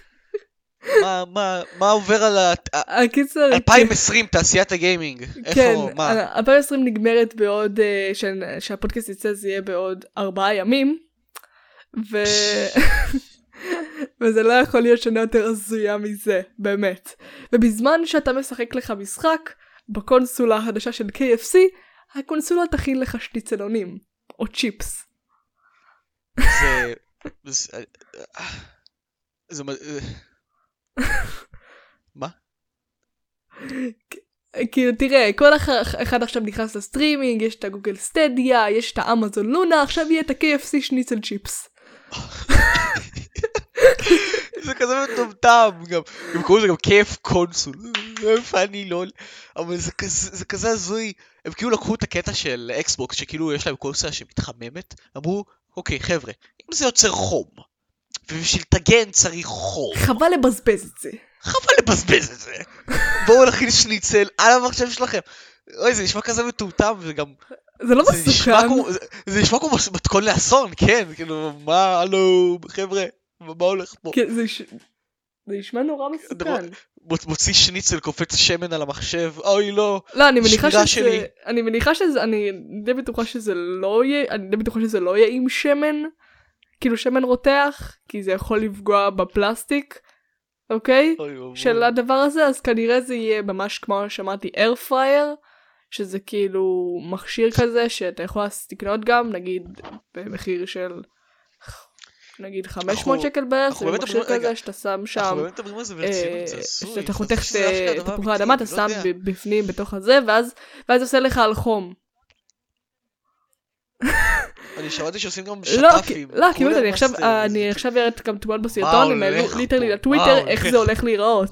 מה עובר על אלפיים ועשרים תעשיית הגיימינג? איפה, מה? אלפיים ועשרים נגמרת בעוד, שהפודקאסט יצא זה יהיה בעוד ארבעה ימים, וזה לא יכול להיות שנה יותר הזויה מזה, באמת. ובזמן שאתה משחק לך משחק, בקונסולה החדשה של קיי אף סי, הקונסולה תכין לך שניצלונים, או צ'יפס. זה... זה... מה? כאילו תראה, כל אחד עכשיו נכנס לסטרימינג, יש את הגוגל סטדיה, יש את האמזון לונה, עכשיו יהיה את ה-קיי אף סי שניצל צ'יפס. זה כזה מטומטם, גם קוראים לזה גם קיי אף קונסול, פאני לול, אבל זה כזה הזוי, הם כאילו לקחו את הקטע של אקסבוקס, שכאילו יש להם קונסולה שמתחממת, אמרו, אוקיי חבר'ה, אם זה יוצר חום, ובשביל תגן צריך חום. חבל לבזבז את זה. חבל לבזבז את זה. בואו נכין שניצל על המחשב שלכם. אוי, זה נשמע כזה מטומטם, וגם... זה לא מסוכן. זה נשמע כמו מתכון לאסון, כן, כאילו, מה, הלו, חבר'ה, מה הולך פה? זה נשמע נורא מסוכן. מוציא שניצל, קופץ שמן על המחשב, אוי לא, לא, אני מניחה שזה, אני מניחה שזה, אני די בטוחה שזה לא יהיה, אני די בטוחה שזה לא יהיה עם שמן, כאילו שמן רותח, כי זה יכול לפגוע בפלסטיק, אוקיי? של הדבר הזה, אז כנראה זה יהיה ממש כמו שמעתי אייר פרייר, שזה כאילו מכשיר כזה שאתה יכול לקנות גם, נגיד במחיר של נגיד חמש מאות שקל בערך, זה מכשיר כזה שאתה שם שם, שאתה חותך את תפוחי האדמה, אתה שם בפנים בתוך הזה, ואז עושה לך על חום. אני שמעתי שעושים גם שטפים. לא, כאילו אני עכשיו אראה גם תמונות בסרטון, הם העלו ליטרלי לטוויטר איך זה הולך להיראות.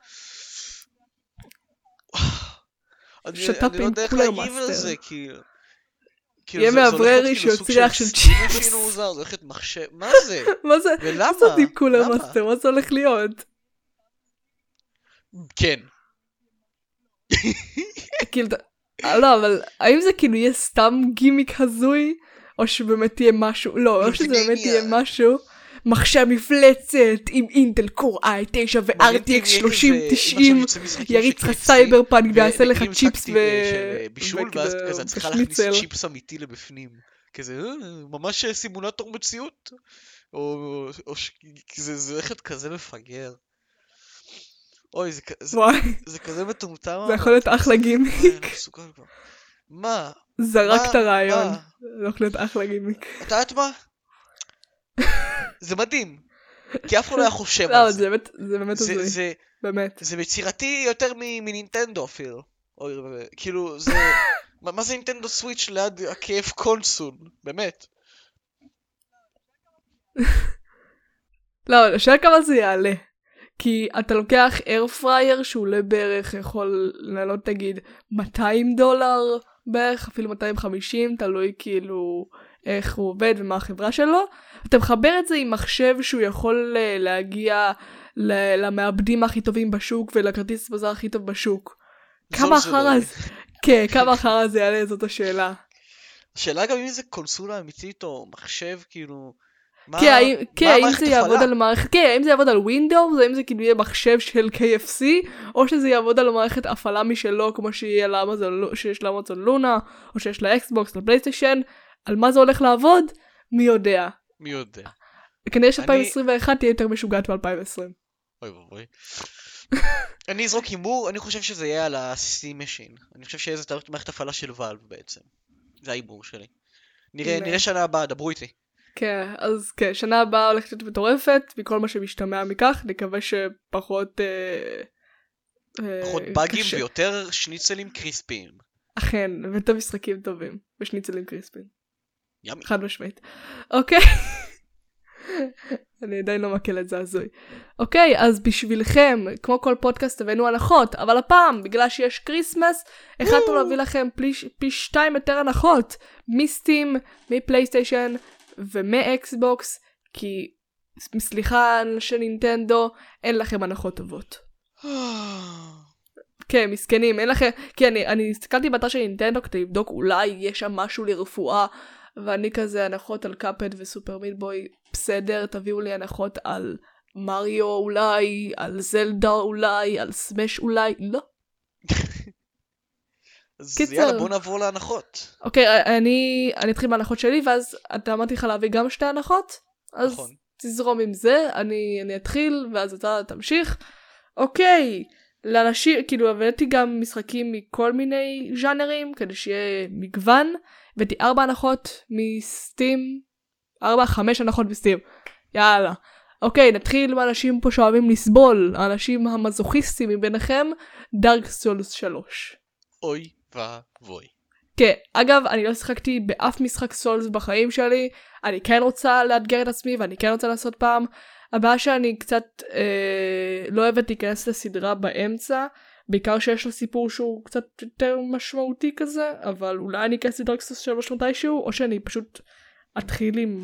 אני לא יודע איך להגיב על זה, כאילו. יהיה מעברר שיוציא ריח של צ'יפס. זה הולך להיות מחשב, מה זה? מה זה? ולמה? מה זה עם קולר מאסטר? מה זה הולך להיות? כן. כאילו, לא, אבל האם זה כאילו יהיה סתם גימיק הזוי? או שבאמת תהיה משהו? לא, או שזה באמת יהיה משהו. מחשב מפלצת עם אינטל קור איי תשע ו-אר טי אקס שלושים תשעים יריץ לך סייבר פאנק ויעשה לך צ'יפס ובישול, ואז כזה צריכה להכניס צ'יפס אמיתי לבפנים, כזה ממש סימולטור מציאות, או זה הולכת כזה מפגר. אוי, זה כ- זה- וואי, זה כזה מטומטם. זה יכול להיות אחלה וואי, גימיק. אני לא מסוגל כבר. מה? זרק מה? את הרעיון. מה? זה יכול להיות אחלה גימיק. את יודעת מה? זה מדהים. כי אף אחד לא היה חושב לא, על זה זה. באמת, זה באמת זה- הזוי. זה- באמת. זה יצירתי יותר מ- מנינטנדו אפילו. אוי, כאילו, זה... מה מה זה נינטנדו סוויץ' ליד הכאב קונסול? באמת. לא, השאלה כמה זה יעלה. כי אתה לוקח אייר פרייר שהוא עולה בערך, יכול לעלות תגיד מאתיים דולר בערך, אפילו מאתיים וחמישים, תלוי כאילו איך הוא עובד ומה החברה שלו. אתה מחבר את זה עם מחשב שהוא יכול uh, להגיע ל- למעבדים הכי טובים בשוק ולכרטיס בזר הכי טוב בשוק. כמה זול זה לא אחר יהיה. אז... כן, כמה אחר זה יעלה, זאת השאלה. השאלה גם אם זה קונסולה אמיתית או מחשב, כאילו... מה- כן, האם- מה כן, האם המערכת זה יעבוד הפעלה? על מערכת, כן, האם זה יעבוד על ווינדאוס, האם זה כאילו יהיה מחשב של קיי אף סי, או שזה יעבוד על מערכת הפעלה משלו, כמו שיהיה לאמזון, שיש לאמזון לונה, או שיש לאקסבוקס, לפלייסטיישן, על מה זה הולך לעבוד? מי יודע. מי יודע. כנראה אני- ש-אלפיים עשרים ואחת תהיה יותר משוגעת מ-אלפיים עשרים. אוי ואבוי. אני אזרוק הימור, אני חושב שזה יהיה על ה-Steam Machine. אני חושב שזה תהיה מערכת הפעלה של ואלב בעצם. זה ההימור שלי. נראה, מ- נראה שנה הבאה, דברו איתי. כן, אז כן, שנה הבאה הולכת להיות מטורפת, מכל מה שמשתמע מכך, נקווה שפחות... אה, אה, פחות באגים קשה. ויותר שניצלים קריספיים. אכן, ויותר משחקים טובים, ושניצלים קריספין. ימי. חד משמעית. אוקיי. אני עדיין לא מקל את זה הזוי. אוקיי, אז בשבילכם, כמו כל פודקאסט הבאנו הנחות, אבל הפעם, בגלל שיש קריסמס, החלטנו להביא לכם פי, פי שתיים יותר הנחות, מסטים, מפלייסטיישן ומאקסבוקס, כי סליחה של נינטנדו, אין לכם הנחות טובות. כן, מסכנים, אין לכם... כי אני, אני הסתכלתי באתר של נינטנדו כדי לבדוק אולי יש שם משהו לרפואה, ואני כזה הנחות על קאפד וסופר מיטבוי, בסדר, תביאו לי הנחות על מריו אולי, על זלדה אולי, על סמש אולי, לא. אז קיצר. יאללה, בוא נעבור להנחות. אוקיי, אני, אני אתחיל מההנחות שלי, ואז אתה אמרתי לך להביא גם שתי הנחות, אז נכון. תזרום עם זה, אני, אני אתחיל, ואז אתה תמשיך. אוקיי, לאנשים, כאילו הבאתי גם משחקים מכל מיני ז'אנרים, כדי שיהיה מגוון, הבאתי ארבע הנחות מסטים, ארבע, חמש הנחות בסטים, יאללה. אוקיי, נתחיל עם האנשים פה שאוהבים לסבול, האנשים המזוכיסטים מביניכם, דארק סולס שלוש. אוי ואבוי. כן, אגב, אני לא שחקתי באף משחק סולס בחיים שלי, אני כן רוצה לאתגר את עצמי, ואני כן רוצה לעשות פעם. הבעיה שאני קצת אה, לא אוהבת להיכנס לסדרה באמצע, בעיקר שיש לה סיפור שהוא קצת יותר משמעותי כזה, אבל אולי אני אכנס לדארק סולס שלוש מתישהו, או שאני פשוט אתחיל עם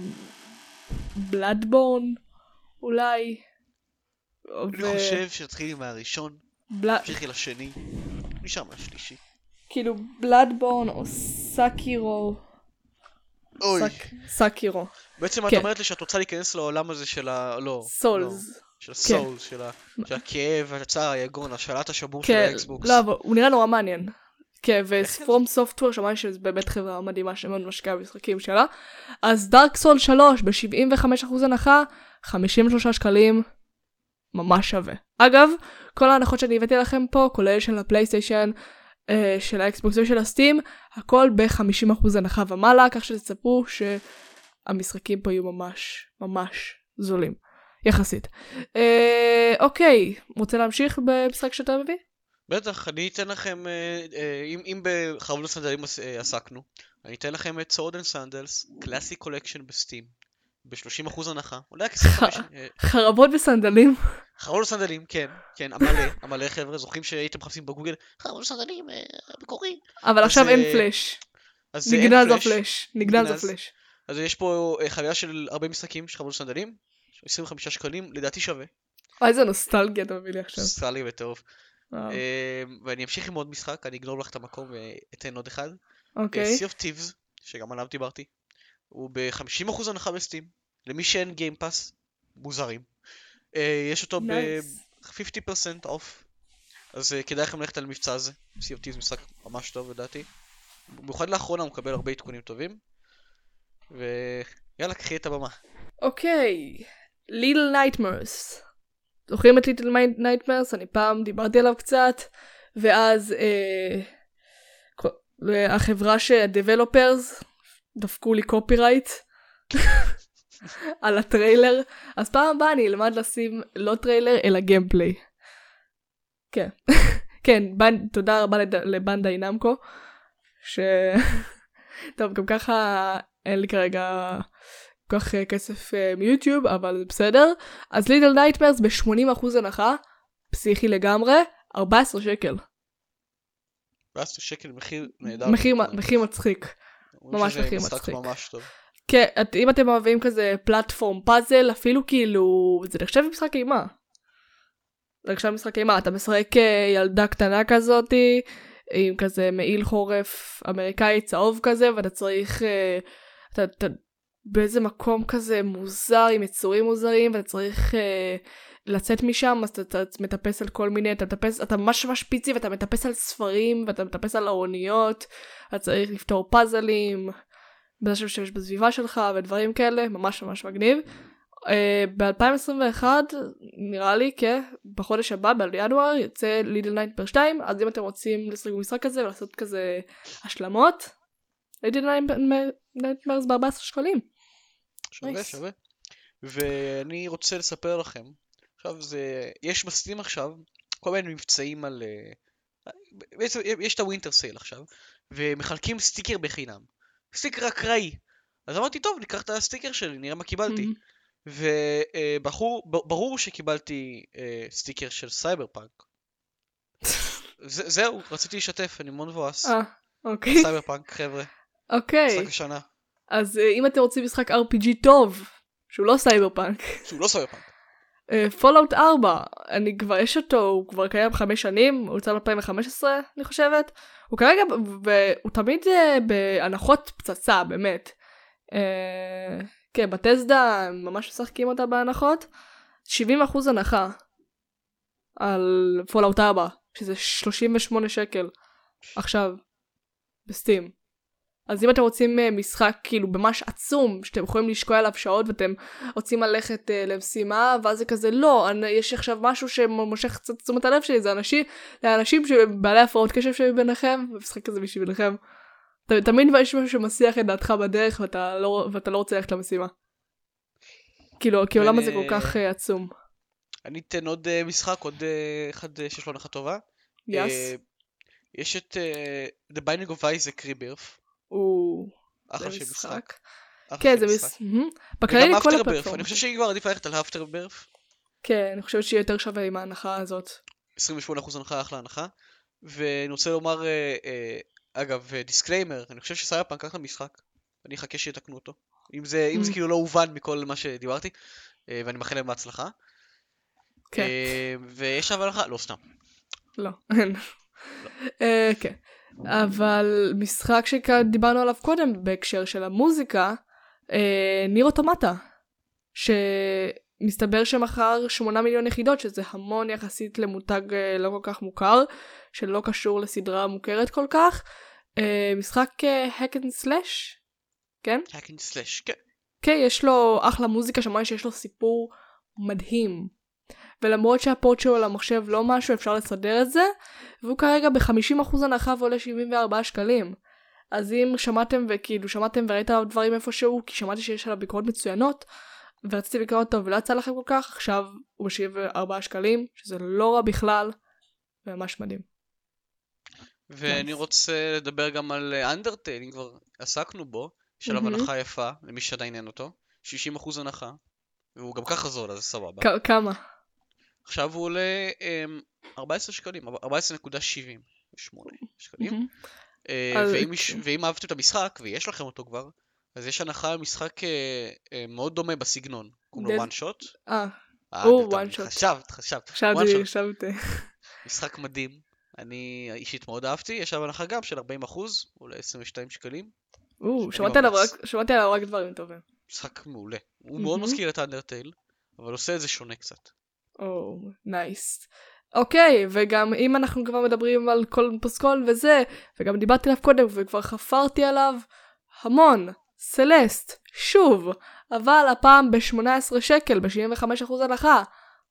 בלאדבורן, אולי. אני חושב שנתחיל מהראשון, בלאד... נמשיכי לשני, משם לשלישי. כאילו בלאדבורן או סאקירו. אוי. סאק... סאקירו. בעצם את כן. אומרת לי שאת רוצה להיכנס לעולם הזה של ה... לא. סולס. לא. של הסולס, של ה- של הכאב, הצער, היגון, השלט השבור של כן, האקסבוקס. לא, אבל הוא נראה נורא מעניין. כן, ופרום סופטוור שמעתי שזו באמת חברה מדהימה שמאוד משקיעה במשחקים שלה. אז דארק סול שלוש ב-שבעים וחמישה אחוז הנחה, חמישים ושלושה שקלים, ממש שווה. אגב, כל ההנחות שאני הבאתי לכם פה, כולל של הפלייסטיישן, אה, של האקסבוקס ושל הסטים, הכל ב-חמישים אחוז הנחה ומעלה, כך שתצפו שהמשחקים פה יהיו ממש ממש זולים. יחסית. אה, אוקיי, רוצה להמשיך במשחק שאתה מביא? בטח, אני אתן לכם, אה, אה, אם, אם בחרבות הסנדלים עס- אה, עסקנו, אני אתן לכם את סורד אנד סנדלס, קלאסי קולקשן בסטים, ב-שלושים אחוז הנחה, אולי רק עשרים וחמש, אה, חרבות וסנדלים. חרבות הסנדלים, כן, כן, המלא, המלא חבר'ה, זוכרים שהייתם מחפשים בגוגל, חרבות הסנדלים, אה, מקורי. אבל אז, עכשיו אין אה, פלאש. אז זה אין נגנז פלאש. הפלאש. נגנז נגנז. הפלאש. אז יש פה אה, חבילה של הרבה משחקים של חרבות הסנדלים, עשרים וחמישה שקלים, לדעתי שווה. אוי, איזה נוסטלגיה אתה מביא לי עכשיו. סטלי וטוב. וואו. אה, ואני אמשיך עם עוד משחק, אני אגנוב לך את המקום ואתן עוד אחד. אוקיי. Sea of Thieves, שגם עליו דיברתי, הוא ב-חמישים אחוז הנחה בסטים, למי שאין גיימפאס, מוזרים. אה, יש אותו נייס. ב-חמישים אחוז אוף, אז אה, כדאי לכם ללכת על המבצע הזה. Sea of Thieves משחק ממש טוב לדעתי. במיוחד לאחרונה הוא מקבל הרבה עדכונים טובים. ויאללה, קחי את הבמה. אוקיי. ליטל נייטמרס. זוכרים את ליטל נייטמרס? אני פעם דיברתי עליו קצת, ואז אה, החברה שהדבלופרס דפקו לי קופירייט על הטריילר, אז פעם הבאה אני אלמד לשים לא טריילר אלא גיימפליי. כן. כן, תודה רבה לבנדאי נמקו, ש... טוב, גם ככה אין לי כרגע כל כך כסף מיוטיוב, אבל בסדר. אז ליטל נייטמרס ב-שמונים אחוז הנחה, פסיכי לגמרי, ארבע עשרה שקל. ארבע עשרה שקל, מחיר נהדר. מחיר, מחיר מצחיק. ממש מחיר מצחיק. ממש טוב. כן, אם אתם אוהבים כזה פלטפורם פאזל, אפילו כאילו, זה נחשב משחק אימה. זה נחשב משחק אימה, אתה משחק ילדה קטנה כזאתי, עם כזה מעיל חורף אמריקאי צהוב כזה, ואתה צריך, אתה, אתה באיזה מקום כזה מוזר, עם יצורים מוזרים, ואתה צריך לצאת משם, אז אתה, אתה מטפס על כל מיני, אתה מטפס, אתה ממש ממש פיצי, ואתה מטפס על ספרים, ואתה מטפס על האוניות, אתה צריך לפתור פאזלים, בזה שיש בסביבה שלך, ודברים כאלה, ממש ממש מגניב. Uh, ב-אלפיים עשרים ואחת, נראה לי, כן, בחודש הבא, בינואר, יוצא ליטל נייטמרס שתיים, אז אם אתם רוצים לשחק במשחק הזה, ולעשות כזה השלמות, ליטל נייטמרס ב-ארבעה עשר שקלים. שווה, nice. שווה. ואני רוצה לספר לכם, עכשיו זה, יש בסטים עכשיו, כל מיני מבצעים על, בעצם יש את הווינטר סייל עכשיו, ומחלקים סטיקר בחינם. סטיקר אקראי. אז אמרתי, טוב, ניקח את הסטיקר שלי, נראה מה קיבלתי. וברור שקיבלתי סטיקר של סייבר פאנק. זהו, רציתי לשתף, אני מאוד מבואס. אה, אוקיי. סייבר פאנק, חבר'ה. אוקיי. משחק השנה. אז אם אתם רוצים משחק אר פי ג'י טוב, שהוא לא סייבר פאנק. שהוא לא סייבר פאנק. פולאוט ארבע, אני כבר, יש אותו, הוא כבר קיים חמש שנים, הוא יצא ב-אלפיים וחמש עשרה, אני חושבת. הוא כרגע, והוא תמיד בהנחות פצצה, באמת. כן, בטסדה הם ממש משחקים אותה בהנחות. שבעים אחוז הנחה על פולאוט ארבע, שזה שלושים ושמונה שקל עכשיו בסטים. אז אם אתם רוצים משחק כאילו ממש עצום, שאתם יכולים לשקוע עליו שעות ואתם רוצים ללכת uh, למשימה, ואז זה כזה לא, אני, יש עכשיו משהו שמושך קצת תשומת הלב שלי, זה אנשים, לאנשים שבעלי הפרעות קשב שלי ביניכם, ומשחק כזה בשבילכם. ת, תמיד יש משהו שמסיח את דעתך בדרך ואתה לא, ואתה לא רוצה ללכת למשימה. כאילו, כי העולם הזה כל כך uh, עצום. אני אתן עוד uh, משחק, עוד uh, אחד uh, שיש לו הנחה טובה. יס. Uh, יש את uh, The Binding of Isaac Rebirth. אחלה של משחק. כן, זה משחק. וגם Afterbirth, אני חושב שהיא כבר עדיף ללכת על Afterbirth. כן, אני חושבת שהיא יותר שווה עם ההנחה הזאת. עשרים ושמונה אחוז הנחה, אחלה הנחה. ואני רוצה לומר, אגב, דיסקליימר, אני חושב שסייברפאנק אחלה משחק. אני אחכה שיתקנו אותו. אם זה כאילו לא הובן מכל מה שדיברתי, ואני מאחל להם בהצלחה. כן. ויש אבל הנחה, לא סתם. לא, אין. כן. אבל משחק שדיברנו עליו קודם בהקשר של המוזיקה, אה, ניר אוטומטה, שמסתבר שמחר שמונה מיליון יחידות, שזה המון יחסית למותג אה, לא כל כך מוכר, שלא קשור לסדרה מוכרת כל כך. אה, משחק hack and slash, כן? hack and slash, כן. כן, יש לו אחלה מוזיקה, שמעתי שיש לו סיפור מדהים. ולמרות שהפורט שלו למחשב לא משהו, אפשר לסדר את זה, והוא כרגע ב-חמישים אחוז הנחה ועולה שבעים וארבעה שקלים. אז אם שמעתם וכאילו שמעתם וראית עליו דברים איפשהו, כי שמעתי שיש עליו ביקורות מצוינות, ורציתי לקרוא אותו ולא יצא לכם כל כך, עכשיו הוא ב-שבעים וארבעה שקלים, שזה לא רע בכלל, וממש מדהים. ואני רוצה לדבר גם על אנדרטייל, אם כבר עסקנו בו, יש עליו הנחה יפה, למי שעדיין אין אותו, שישים אחוז הנחה, והוא גם ככה זול, אז זה סבבה. כמה? עכשיו הוא עולה ארבע עשרה שקלים, ארבע עשרה נקודה שבעים ושמונה שקלים. ואם אהבתם את המשחק, ויש לכם אותו כבר, אז יש הנחה על משחק מאוד דומה בסגנון. קוראים לו one shot. אה, הוא one shot. חשבת, חשבת. חשבתי, חשבתי. משחק מדהים. אני אישית מאוד אהבתי. יש שם הנחה גם של ארבעים אחוז, עולה עשרים ושניים שקלים. שמעתי עליו רק דברים טובים. משחק מעולה. הוא מאוד מזכיר את אנדרטייל, אבל עושה את זה שונה קצת. או, נייס. אוקיי, וגם אם אנחנו כבר מדברים על כל פסקול וזה, וגם דיברתי עליו קודם וכבר חפרתי עליו המון, סלסט, שוב, אבל הפעם ב-שמונה עשרה שקל, ב-שבעים וחמישה אחוז הנחה.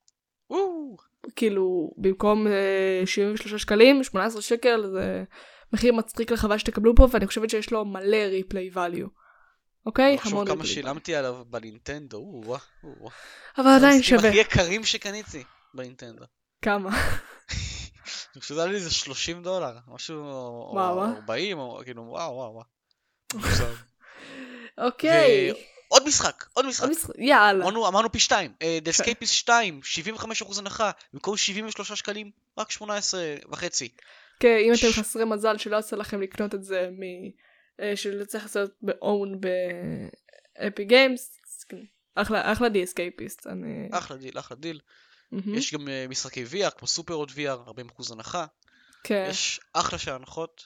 כאילו, במקום שבעים ושלושה שקלים, שמונה עשרה שקל, זה מחיר מצחיק לחווה שתקבלו פה, ואני חושבת שיש לו מלא ריפליי ואליו. אוקיי? המון כמה שילמתי עליו בנינטנדו, אבל עדיין שווה. זה הכי יקרים שקניתי בנינטנדו. כמה? אני חושב לי זה שלושים דולר, משהו ארבעים, כאילו וואו וואו וואו. אוקיי. עוד משחק, עוד משחק. יאללה. אמרנו פי שתיים. The Escapist שתיים, שבעים וחמישה אחוז הנחה, במקום שבעים ושלושה שקלים, רק שמונה עשרה וחצי. כן, אם אתם חסרי מזל שלא עשה לכם לקנות את זה, שלא צריך לעשות ב-own ב-Epic Games, אחלה די Escapist. אחלה דיל, אחלה דיל. יש גם משחקי וי אר, כמו סופר עוד וי אר, ארבעים אחוז הנחה. יש אחלה של הנחות.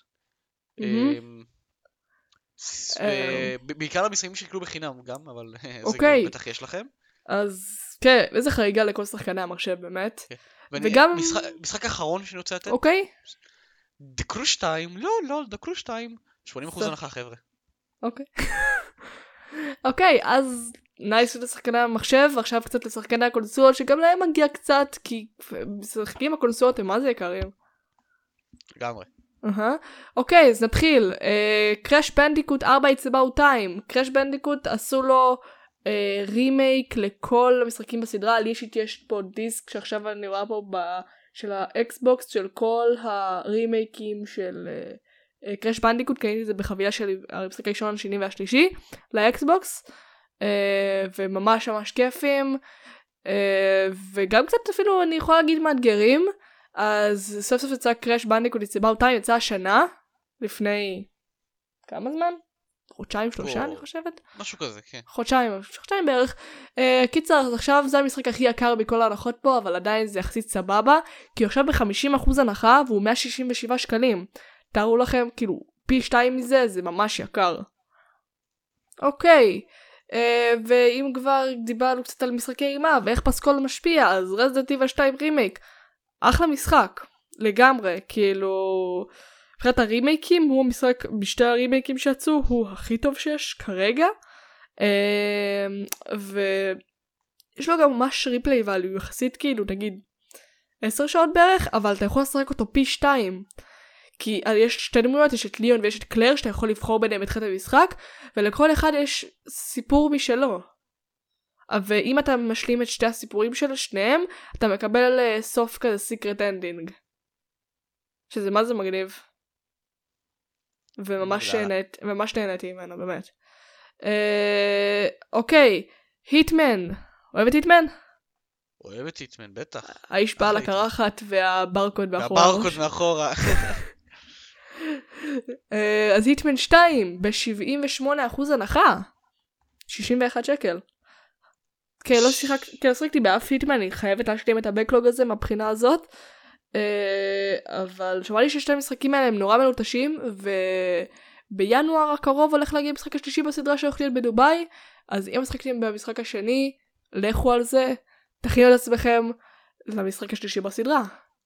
בעיקר המשחקים שיקלו בחינם גם, אבל זה גם בטח יש לכם. אז כן, איזה חריגה לכל שחקני המחשב באמת. וגם משחק האחרון שאני רוצה לתת. אוקיי. דקרו שתיים, לא לא, דקרו שתיים, שמונים אחוז הנחה חבר'ה. אוקיי. אוקיי, אז נייס לשחקני המחשב, ועכשיו קצת לשחקני הקונסולות, שגם להם מגיע קצת, כי משחקים הקונסולות הם מה זה יקרים. לגמרי. אוקיי, אז נתחיל. קראש בנדיקוט ארבע It's About Time. קראש בנדיקוט עשו לו רימייק לכל המשחקים בסדרה. לי אישית יש פה דיסק שעכשיו אני רואה פה של האקסבוקס של כל הרימייקים של קראש בנדיקוט, כי הייתי זה בחבילה של המשחק הראשון, השני והשלישי לאקסבוקס, וממש ממש כיפים, וגם קצת אפילו אני יכולה להגיד מאתגרים. אז סוף סוף יצא קראש בנדיקוט It's About Time, יצא השנה, לפני כמה זמן? חודשיים, שלושה אני חושבת? משהו כזה, כן. חודשיים, חודשיים בערך. Uh, קיצר, אז עכשיו זה המשחק הכי יקר בכל ההנחות פה, אבל עדיין זה יחסית סבבה, כי עכשיו ב-חמישים אחוז הנחה, והוא מאה שישים ושבעה שקלים. תארו לכם, כאילו, פי שתיים מזה, זה ממש יקר. אוקיי, uh, ואם כבר דיברנו קצת על משחקי אימה, ואיך פסקול משפיע, אז רזידנט איבל שתיים רימייק. אחלה משחק, לגמרי, כאילו, מבחינת הרימייקים, הוא המשחק, בשתי הרימייקים שיצאו, הוא הכי טוב שיש כרגע, ויש לו גם ממש ריפליי ואליו, יחסית כאילו, נגיד, עשר שעות בערך, אבל אתה יכול לשחק אותו פי שתיים, כי יש שתי דמויות, יש את ליאון ויש את קלר, שאתה יכול לבחור ביניהם את חטא המשחק, ולכל אחד יש סיפור משלו. ואם אתה משלים את שתי הסיפורים של שניהם, אתה מקבל סוף כזה סיקרט אנדינג. שזה מה זה מגניב. וממש נהניתי, ממש נהניתי ממנו, באמת. אוקיי, היטמן. אוהב את היטמן? אוהב את היטמן, בטח. האיש בעל הקרחת והברקוד מאחורה. והברקוד מאחורה. אז היטמן שתיים, ב-שבעים ושמונה אחוז הנחה. שישים ואחד שקל. כן, לא שיחקתי באף היטמן, אני חייבת להשלים את הבקלוג הזה מהבחינה הזאת, אבל שמע לי ששתי המשחקים האלה הם נורא מלוטשים, ובינואר הקרוב הולך להגיע משחק השלישי בסדרה שהולך להיות בדוביי, אז אם משחקתם במשחק השני, לכו על זה, תכינו את עצמכם למשחק השלישי בסדרה.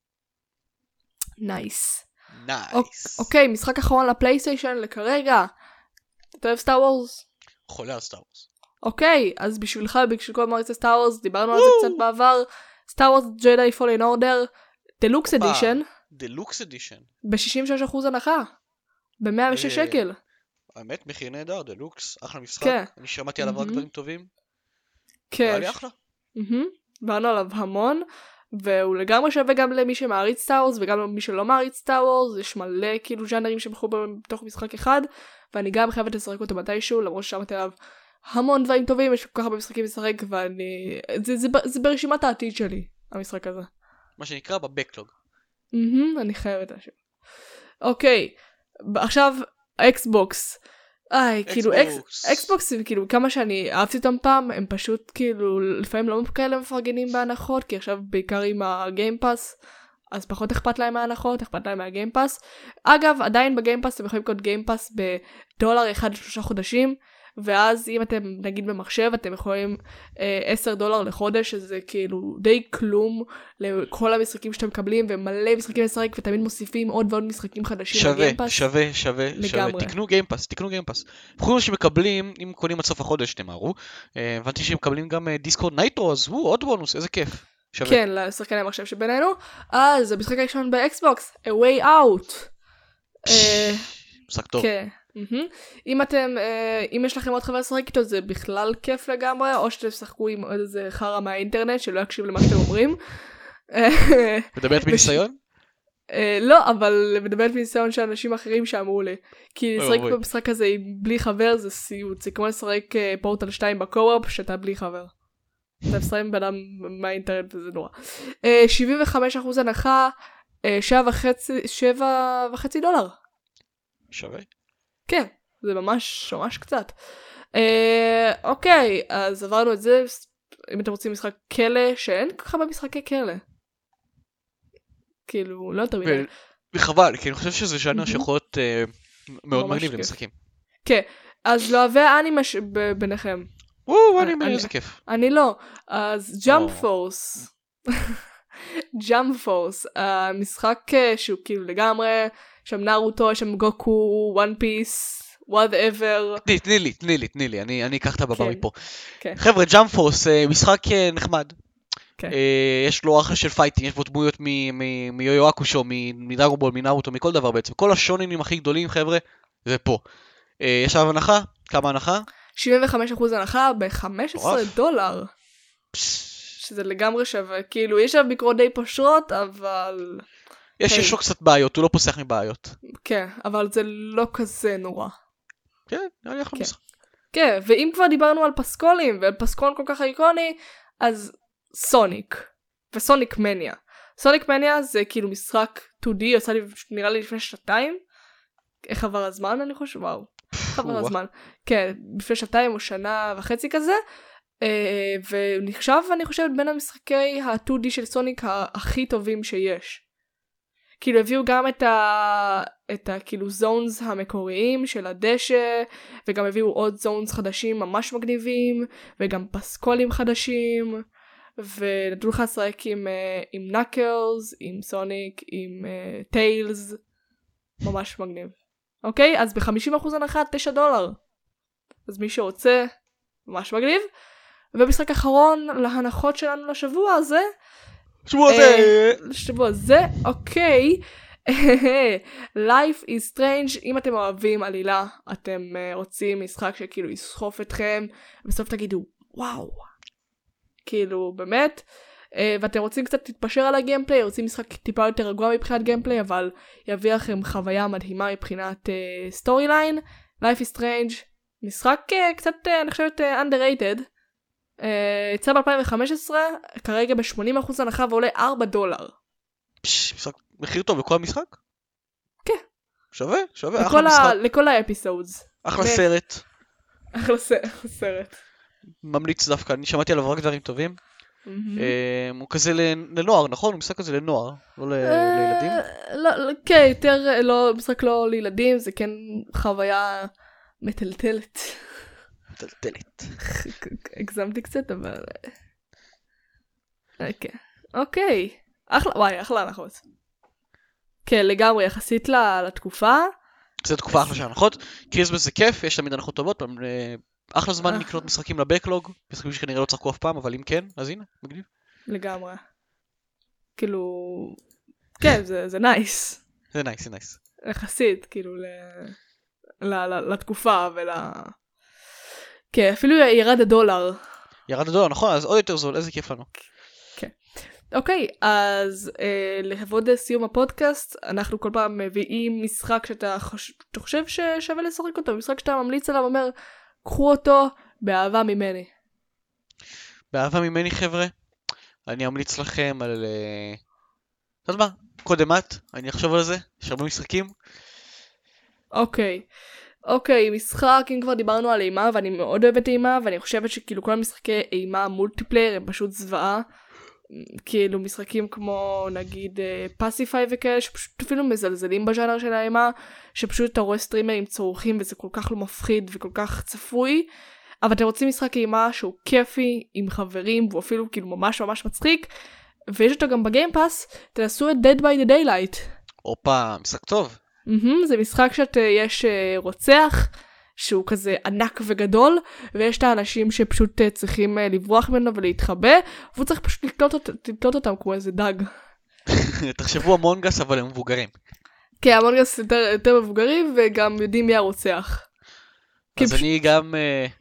נייס. נייס. אוקיי, משחק אחרון לפלייסטיישן לכרגע. אתה אוהב סטאר וורס? חולה על סטאר וורס. אוקיי, אז בשבילך, בשביל כל מעריצי סטאר וורס, דיברנו על זה קצת בעבר, סטאר וורס ג'די פולן אורדר, דלוקס אדישן, דלוקס אדישן, ב-שישים ושש אחוז הנחה, ב-מאה ושש שקל. האמת, מחיר נהדר, דלוקס, אחלה משחק, אני שמעתי עליו רק דברים טובים. כן. היה לי אחלה. דיברנו עליו המון, והוא לגמרי שווה גם למי שמעריץ סטאר וורס, וגם למי שלא מעריץ סטאר וורס, יש מלא כאילו ז'אנרים שבחרו בתוך משחק אחד, ואני גם חייבת לשחק אותו מתישהו, למרות ששמעתי עליו המון דברים טובים, יש כל כך הרבה משחקים לשחק, ואני... זה, זה, זה ברשימת העתיד שלי, המשחק הזה. מה שנקרא בבקלוג. Mm-hmm, אני חייבת להשאיר. אוקיי, עכשיו, אקסבוקס. איי, כאילו, אקסבוקס, כאילו, כמה שאני אהבתי אותם פעם, הם פשוט, כאילו, לפעמים לא כאלה מפרגנים בהנחות, כי עכשיו בעיקר עם הגיימפאס, אז פחות אכפת להם מההנחות, אכפת להם מהגיימפאס. אגב, עדיין בגיימפאס אתם יכולים לקנות גיימפאס בדולר אחד לשלושה חודשים, ואז אם אתם נגיד במחשב אתם יכולים אה, עשרה דולר לחודש, שזה כאילו די כלום לכל המשחקים שאתם מקבלים, ומלא משחקים לשחק, ותמיד מוסיפים עוד ועוד משחקים חדשים שווה, לגיימפאס. שווה, שווה, שווה, תקנו גיימפאס, תקנו גיימפאס. בכל שמקבלים, אם קונים עד סוף החודש תמרו, הבנתי שהם מקבלים גם דיסקורד נייטרו, אז הוא עוד בונוס, איזה כיף. שווה. כן, לשחקני המחשב שבינינו. אז המשחק הראשון באקסבוקס, A Way Out. אה, משחק טוב. כן. מהמם. אם אתם, אה, אם יש לכם עוד חבר לשחק איתו, זה בכלל כיף לגמרי, או שאתם תשחקו עם עוד איזה חרא מהאינטרנט, שלא יקשיב למה שאתם אומרים. מדברת מניסיון? Uh, לא, אבל מדברת מניסיון של אנשים אחרים שאמרו לי. כי לשחק אוי. במשחק הזה בלי חבר זה סיוט. זה כמו לשחק uh, פורטל שתיים בקו-אופ שאתה בלי חבר. אתה משחק עם בן אדם מהאינטרנט וזה נורא. Uh, שבעים וחמישה אחוז הנחה, uh, שבע וחצי, שבע וחצי דולר. שווה. כן, זה ממש ממש קצת. Uh, אוקיי, אז עברנו את זה. אם אתם רוצים משחק כלא, שאין כל כך הרבה משחקי כלא. כאילו, לא יותר מדי. וחבל, כי אני חושב שזה ז'אנר שיכול להיות מאוד מגניב למשחקים. כן, אז לא אוהבי האנימה ביניכם. וואו, אנימה, איזה כיף. אני לא. אז ג'אמפ פורס. ג'אמפ פורס. המשחק שהוא כאילו לגמרי, שם נארוטו, שם גוקו, וואן פיס, whatever. תני, תני לי, תני לי, תני לי, אני אקח את הבמה מפה. כן. חבר'ה, ג'אמפ פורס, משחק נחמד. כן. יש לו אחלה של פייטינג, יש בו דמויות מיו-יו אקושו, מדרגובול, מנארוטו, מכל דבר בעצם. כל השונינים הכי גדולים, חבר'ה, זה פה. יש עליו הנחה? כמה הנחה? שבעים וחמישה אחוז הנחה ב-חמישה עשר דולר. שזה לגמרי שווה. כאילו, יש שם ביקורות די פושרות, אבל... יש יש לו קצת בעיות, הוא לא פוסח מבעיות. כן, אבל זה לא כזה נורא. כן, נראה לי אחלה משחק. כן, ואם כבר דיברנו על פסקולים, ועל פסקול כל כך איקוני, אז סוניק, וסוניק מניה. סוניק מניה זה כאילו משחק טו די, יצא לי נראה לי לפני שנתיים. איך עבר הזמן אני חושב? וואו. איך עבר הזמן? כן, לפני שנתיים או שנה וחצי כזה. ונחשב אני חושבת בין המשחקי ה-טו די של סוניק הכי טובים שיש. כאילו הביאו גם את ה... את ה... כאילו זונס המקוריים של הדשא, וגם הביאו עוד זונס חדשים ממש מגניבים, וגם פסקולים חדשים, ונתנו לך לשחק עם, עם נאקלס, עם סוניק, עם טיילס, ממש מגניב. אוקיי? אז ב-חמישים אחוז הנחה תשעה דולר. אז מי שרוצה, ממש מגניב. ובמשחק אחרון להנחות שלנו לשבוע הזה, שבוע זה! שבוע זה, אוקיי. Life is Strange, אם אתם אוהבים עלילה, אתם רוצים משחק שכאילו יסחוף אתכם, בסוף תגידו, וואו. כאילו, באמת. ואתם רוצים קצת להתפשר על הגיימפליי, רוצים משחק טיפה יותר רגוע מבחינת גיימפליי, אבל יביא לכם חוויה מדהימה מבחינת סטורי ליין. Life is Strange, משחק קצת, אני חושבת, underrated. יצא ב-אלפיים וחמש עשרה, כרגע ב-שמונים אחוז הנחה ועולה ארבעה דולר. משחק, מחיר טוב לכל המשחק? כן. שווה, שווה, אחלה משחק. לכל האפיסודס. אחלה סרט. אחלה סרט. ממליץ דווקא, אני שמעתי עליו רק דברים טובים. הוא כזה לנוער, נכון? הוא משחק כזה לנוער, לא לילדים? כן, יותר, משחק לא לילדים, זה כן חוויה מטלטלת. מטלטלת. הגזמתי קצת, אבל... אוקיי. אוקיי. אחלה, וואי, אחלה הנחות. כן, לגמרי, יחסית לתקופה. זה תקופה אחלה של הנחות. קריסמס זה כיף, יש תמיד הנחות טובות. אחלה זמן לקנות משחקים לבקלוג. משחקים שכנראה לא צחקו אף פעם, אבל אם כן, אז הנה, מגניב. לגמרי. כאילו... כן, זה נייס. זה נייס, זה נייס. יחסית, כאילו, לתקופה ול... כן, אפילו ירד הדולר. ירד הדולר, נכון, אז עוד יותר זול, איזה כיף לנו. כן. אוקיי, אז אה, לכבוד סיום הפודקאסט, אנחנו כל פעם מביאים משחק שאתה חוש... חושב ששווה לשחק אותו, משחק שאתה ממליץ עליו, אומר, קחו אותו באהבה ממני. באהבה ממני, חבר'ה, אני אמליץ לכם על... אתה יודע מה? קודם את, אני אחשוב על זה, יש הרבה משחקים. אוקיי. אוקיי, משחק, אם כבר דיברנו על אימה, ואני מאוד אוהבת אימה, ואני חושבת שכאילו כל המשחקי אימה מולטיפלייר הם פשוט זוועה. כאילו משחקים כמו נגיד פאסיפיי וכאלה, שפשוט אפילו מזלזלים בז'אנר של האימה, שפשוט אתה רואה סטרימרים צורכים וזה כל כך לא מפחיד וכל כך צפוי, אבל אתם רוצים משחק אימה שהוא כיפי, עם חברים, והוא אפילו כאילו ממש ממש מצחיק, ויש אותו גם בגיימפאס, תנסו את Dead by the Daylight. אופה, משחק טוב. Mm-hmm, זה משחק שיש רוצח שהוא כזה ענק וגדול, ויש את האנשים שפשוט צריכים לברוח ממנו ולהתחבא, והוא צריך פשוט לקלוט אותם כמו איזה דג. תחשבו המונגס, אבל הם מבוגרים. כן, המונגס יותר, יותר מבוגרים, וגם יודעים מי הרוצח. אז אני גם...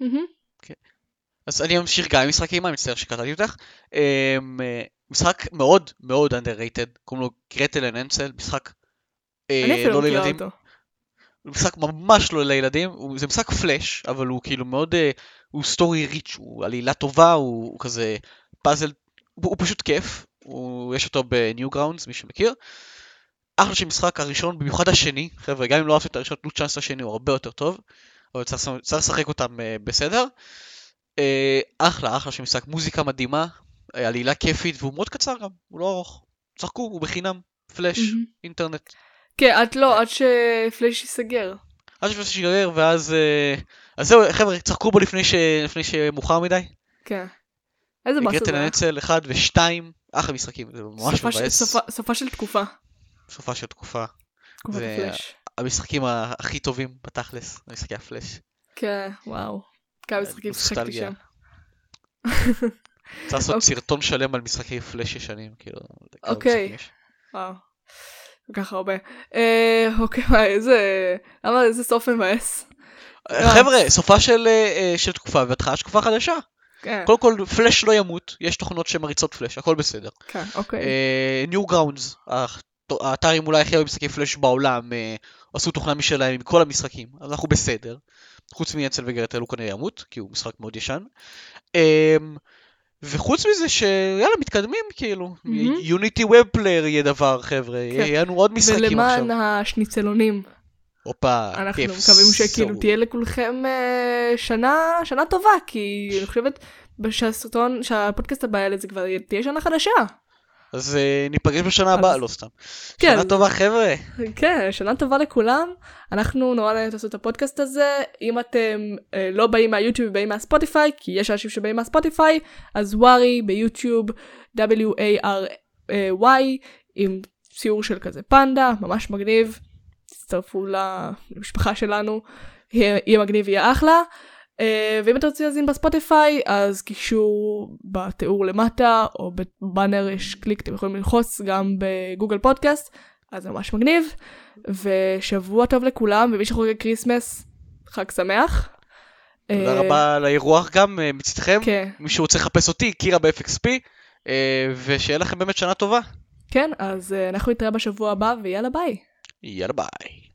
אז אני ממשיך גם עם משחקים, אני מצטער שקטעתי אותך. משחק מאוד מאוד underrated, קוראים לו קרטל אנד הנסל, משחק לא לילדים. הוא משחק ממש לא לילדים, זה משחק פלאש, אבל הוא כאילו מאוד, הוא סטורי ריץ', הוא עלילה טובה, הוא כזה פאזל, הוא פשוט כיף, יש אותו בניו גראונדס, מי שמכיר. אחלה של משחק הראשון, במיוחד השני, חבר'ה, גם אם לא אהבתי את הראשון, תנו צ'אנס לשני, הוא הרבה יותר טוב, אבל צריך לשחק אותם בסדר. אחלה, אחלה של משחק, מוזיקה מדהימה, עלילה כיפית, והוא מאוד קצר גם, הוא לא ארוך. צחקו, הוא בחינם, פלאש, אינטרנט. כן, עד לא, עד שפלאש ייסגר. עד שפלאש ייסגר, ואז... אז זהו, חבר'ה, צחקו בו לפני שמאוחר מדי. כן. איזה מסע זה? קרטל אנד הנסל, אחד ושתיים, אחלה משחקים, זה ממש מבאס. סופה של תקופה. סופה של תקופה. תקופת הפלאש. המשחקים הכי טובים בתכלס, משחקי הפלאש. כן, וואו. כמה משחקים שחקתי שם. צריך לעשות סרטון שלם על משחקי פלאש ישנים, כאילו. אוקיי. וואו. ככה הרבה. אוקיי, מה, איזה... למה איזה סוף מבאס? חבר'ה, סופה של תקופה והתחלה של תקופה חדשה. קודם כל, פלאש לא ימות, יש תוכנות שמריצות פלאש, הכל בסדר. כן, אוקיי. ניו גראונדס, האתרים אולי הכי הרבה משחקי פלאש בעולם, עשו תוכנה משלהם עם כל המשחקים, אז אנחנו בסדר. חוץ מאנסל וגרטל הוא כנראה ימות, כי הוא משחק מאוד ישן. וחוץ מזה שיאללה, מתקדמים כאילו. יוניטי ווב פלייר יהיה דבר, חבר'ה. יהיה לנו עוד משחקים עכשיו. ולמען השניצלונים. אופה, אנחנו מקווים שכאילו תהיה לכולכם שנה, שנה טובה, כי אני חושבת שהסרטון, שהפודקאסט הבא האלה זה כבר תהיה שנה חדשה. אז ניפגש בשנה הבאה, לא סתם. שנה טובה, חבר'ה. כן, שנה טובה לכולם. אנחנו נורא נהנים לעשות את הפודקאסט הזה. אם אתם לא באים מהיוטיוב ובאים מהספוטיפיי, כי יש אנשים שבאים מהספוטיפיי, אז ווארי ביוטיוב, דאבליו איי אר וואי, עם ציור של כזה פנדה, ממש מגניב. תצטרפו למשפחה שלנו, יהיה מגניב, יהיה אחלה. ואם אתם רוצים להזין בספוטיפיי, אז קישור בתיאור למטה, או בבאנר יש קליק, אתם יכולים ללחוץ גם בגוגל פודקאסט, אז זה ממש מגניב. ושבוע טוב לכולם, ומי שחוגג קריסמס, חג שמח. תודה רבה על האירוח גם מצדכם. מי שרוצה לחפש אותי, קירה ב-אף אקס פי, ושיהיה לכם באמת שנה טובה. כן, אז אנחנו נתראה בשבוע הבא, ויאללה ביי. יאללה ביי.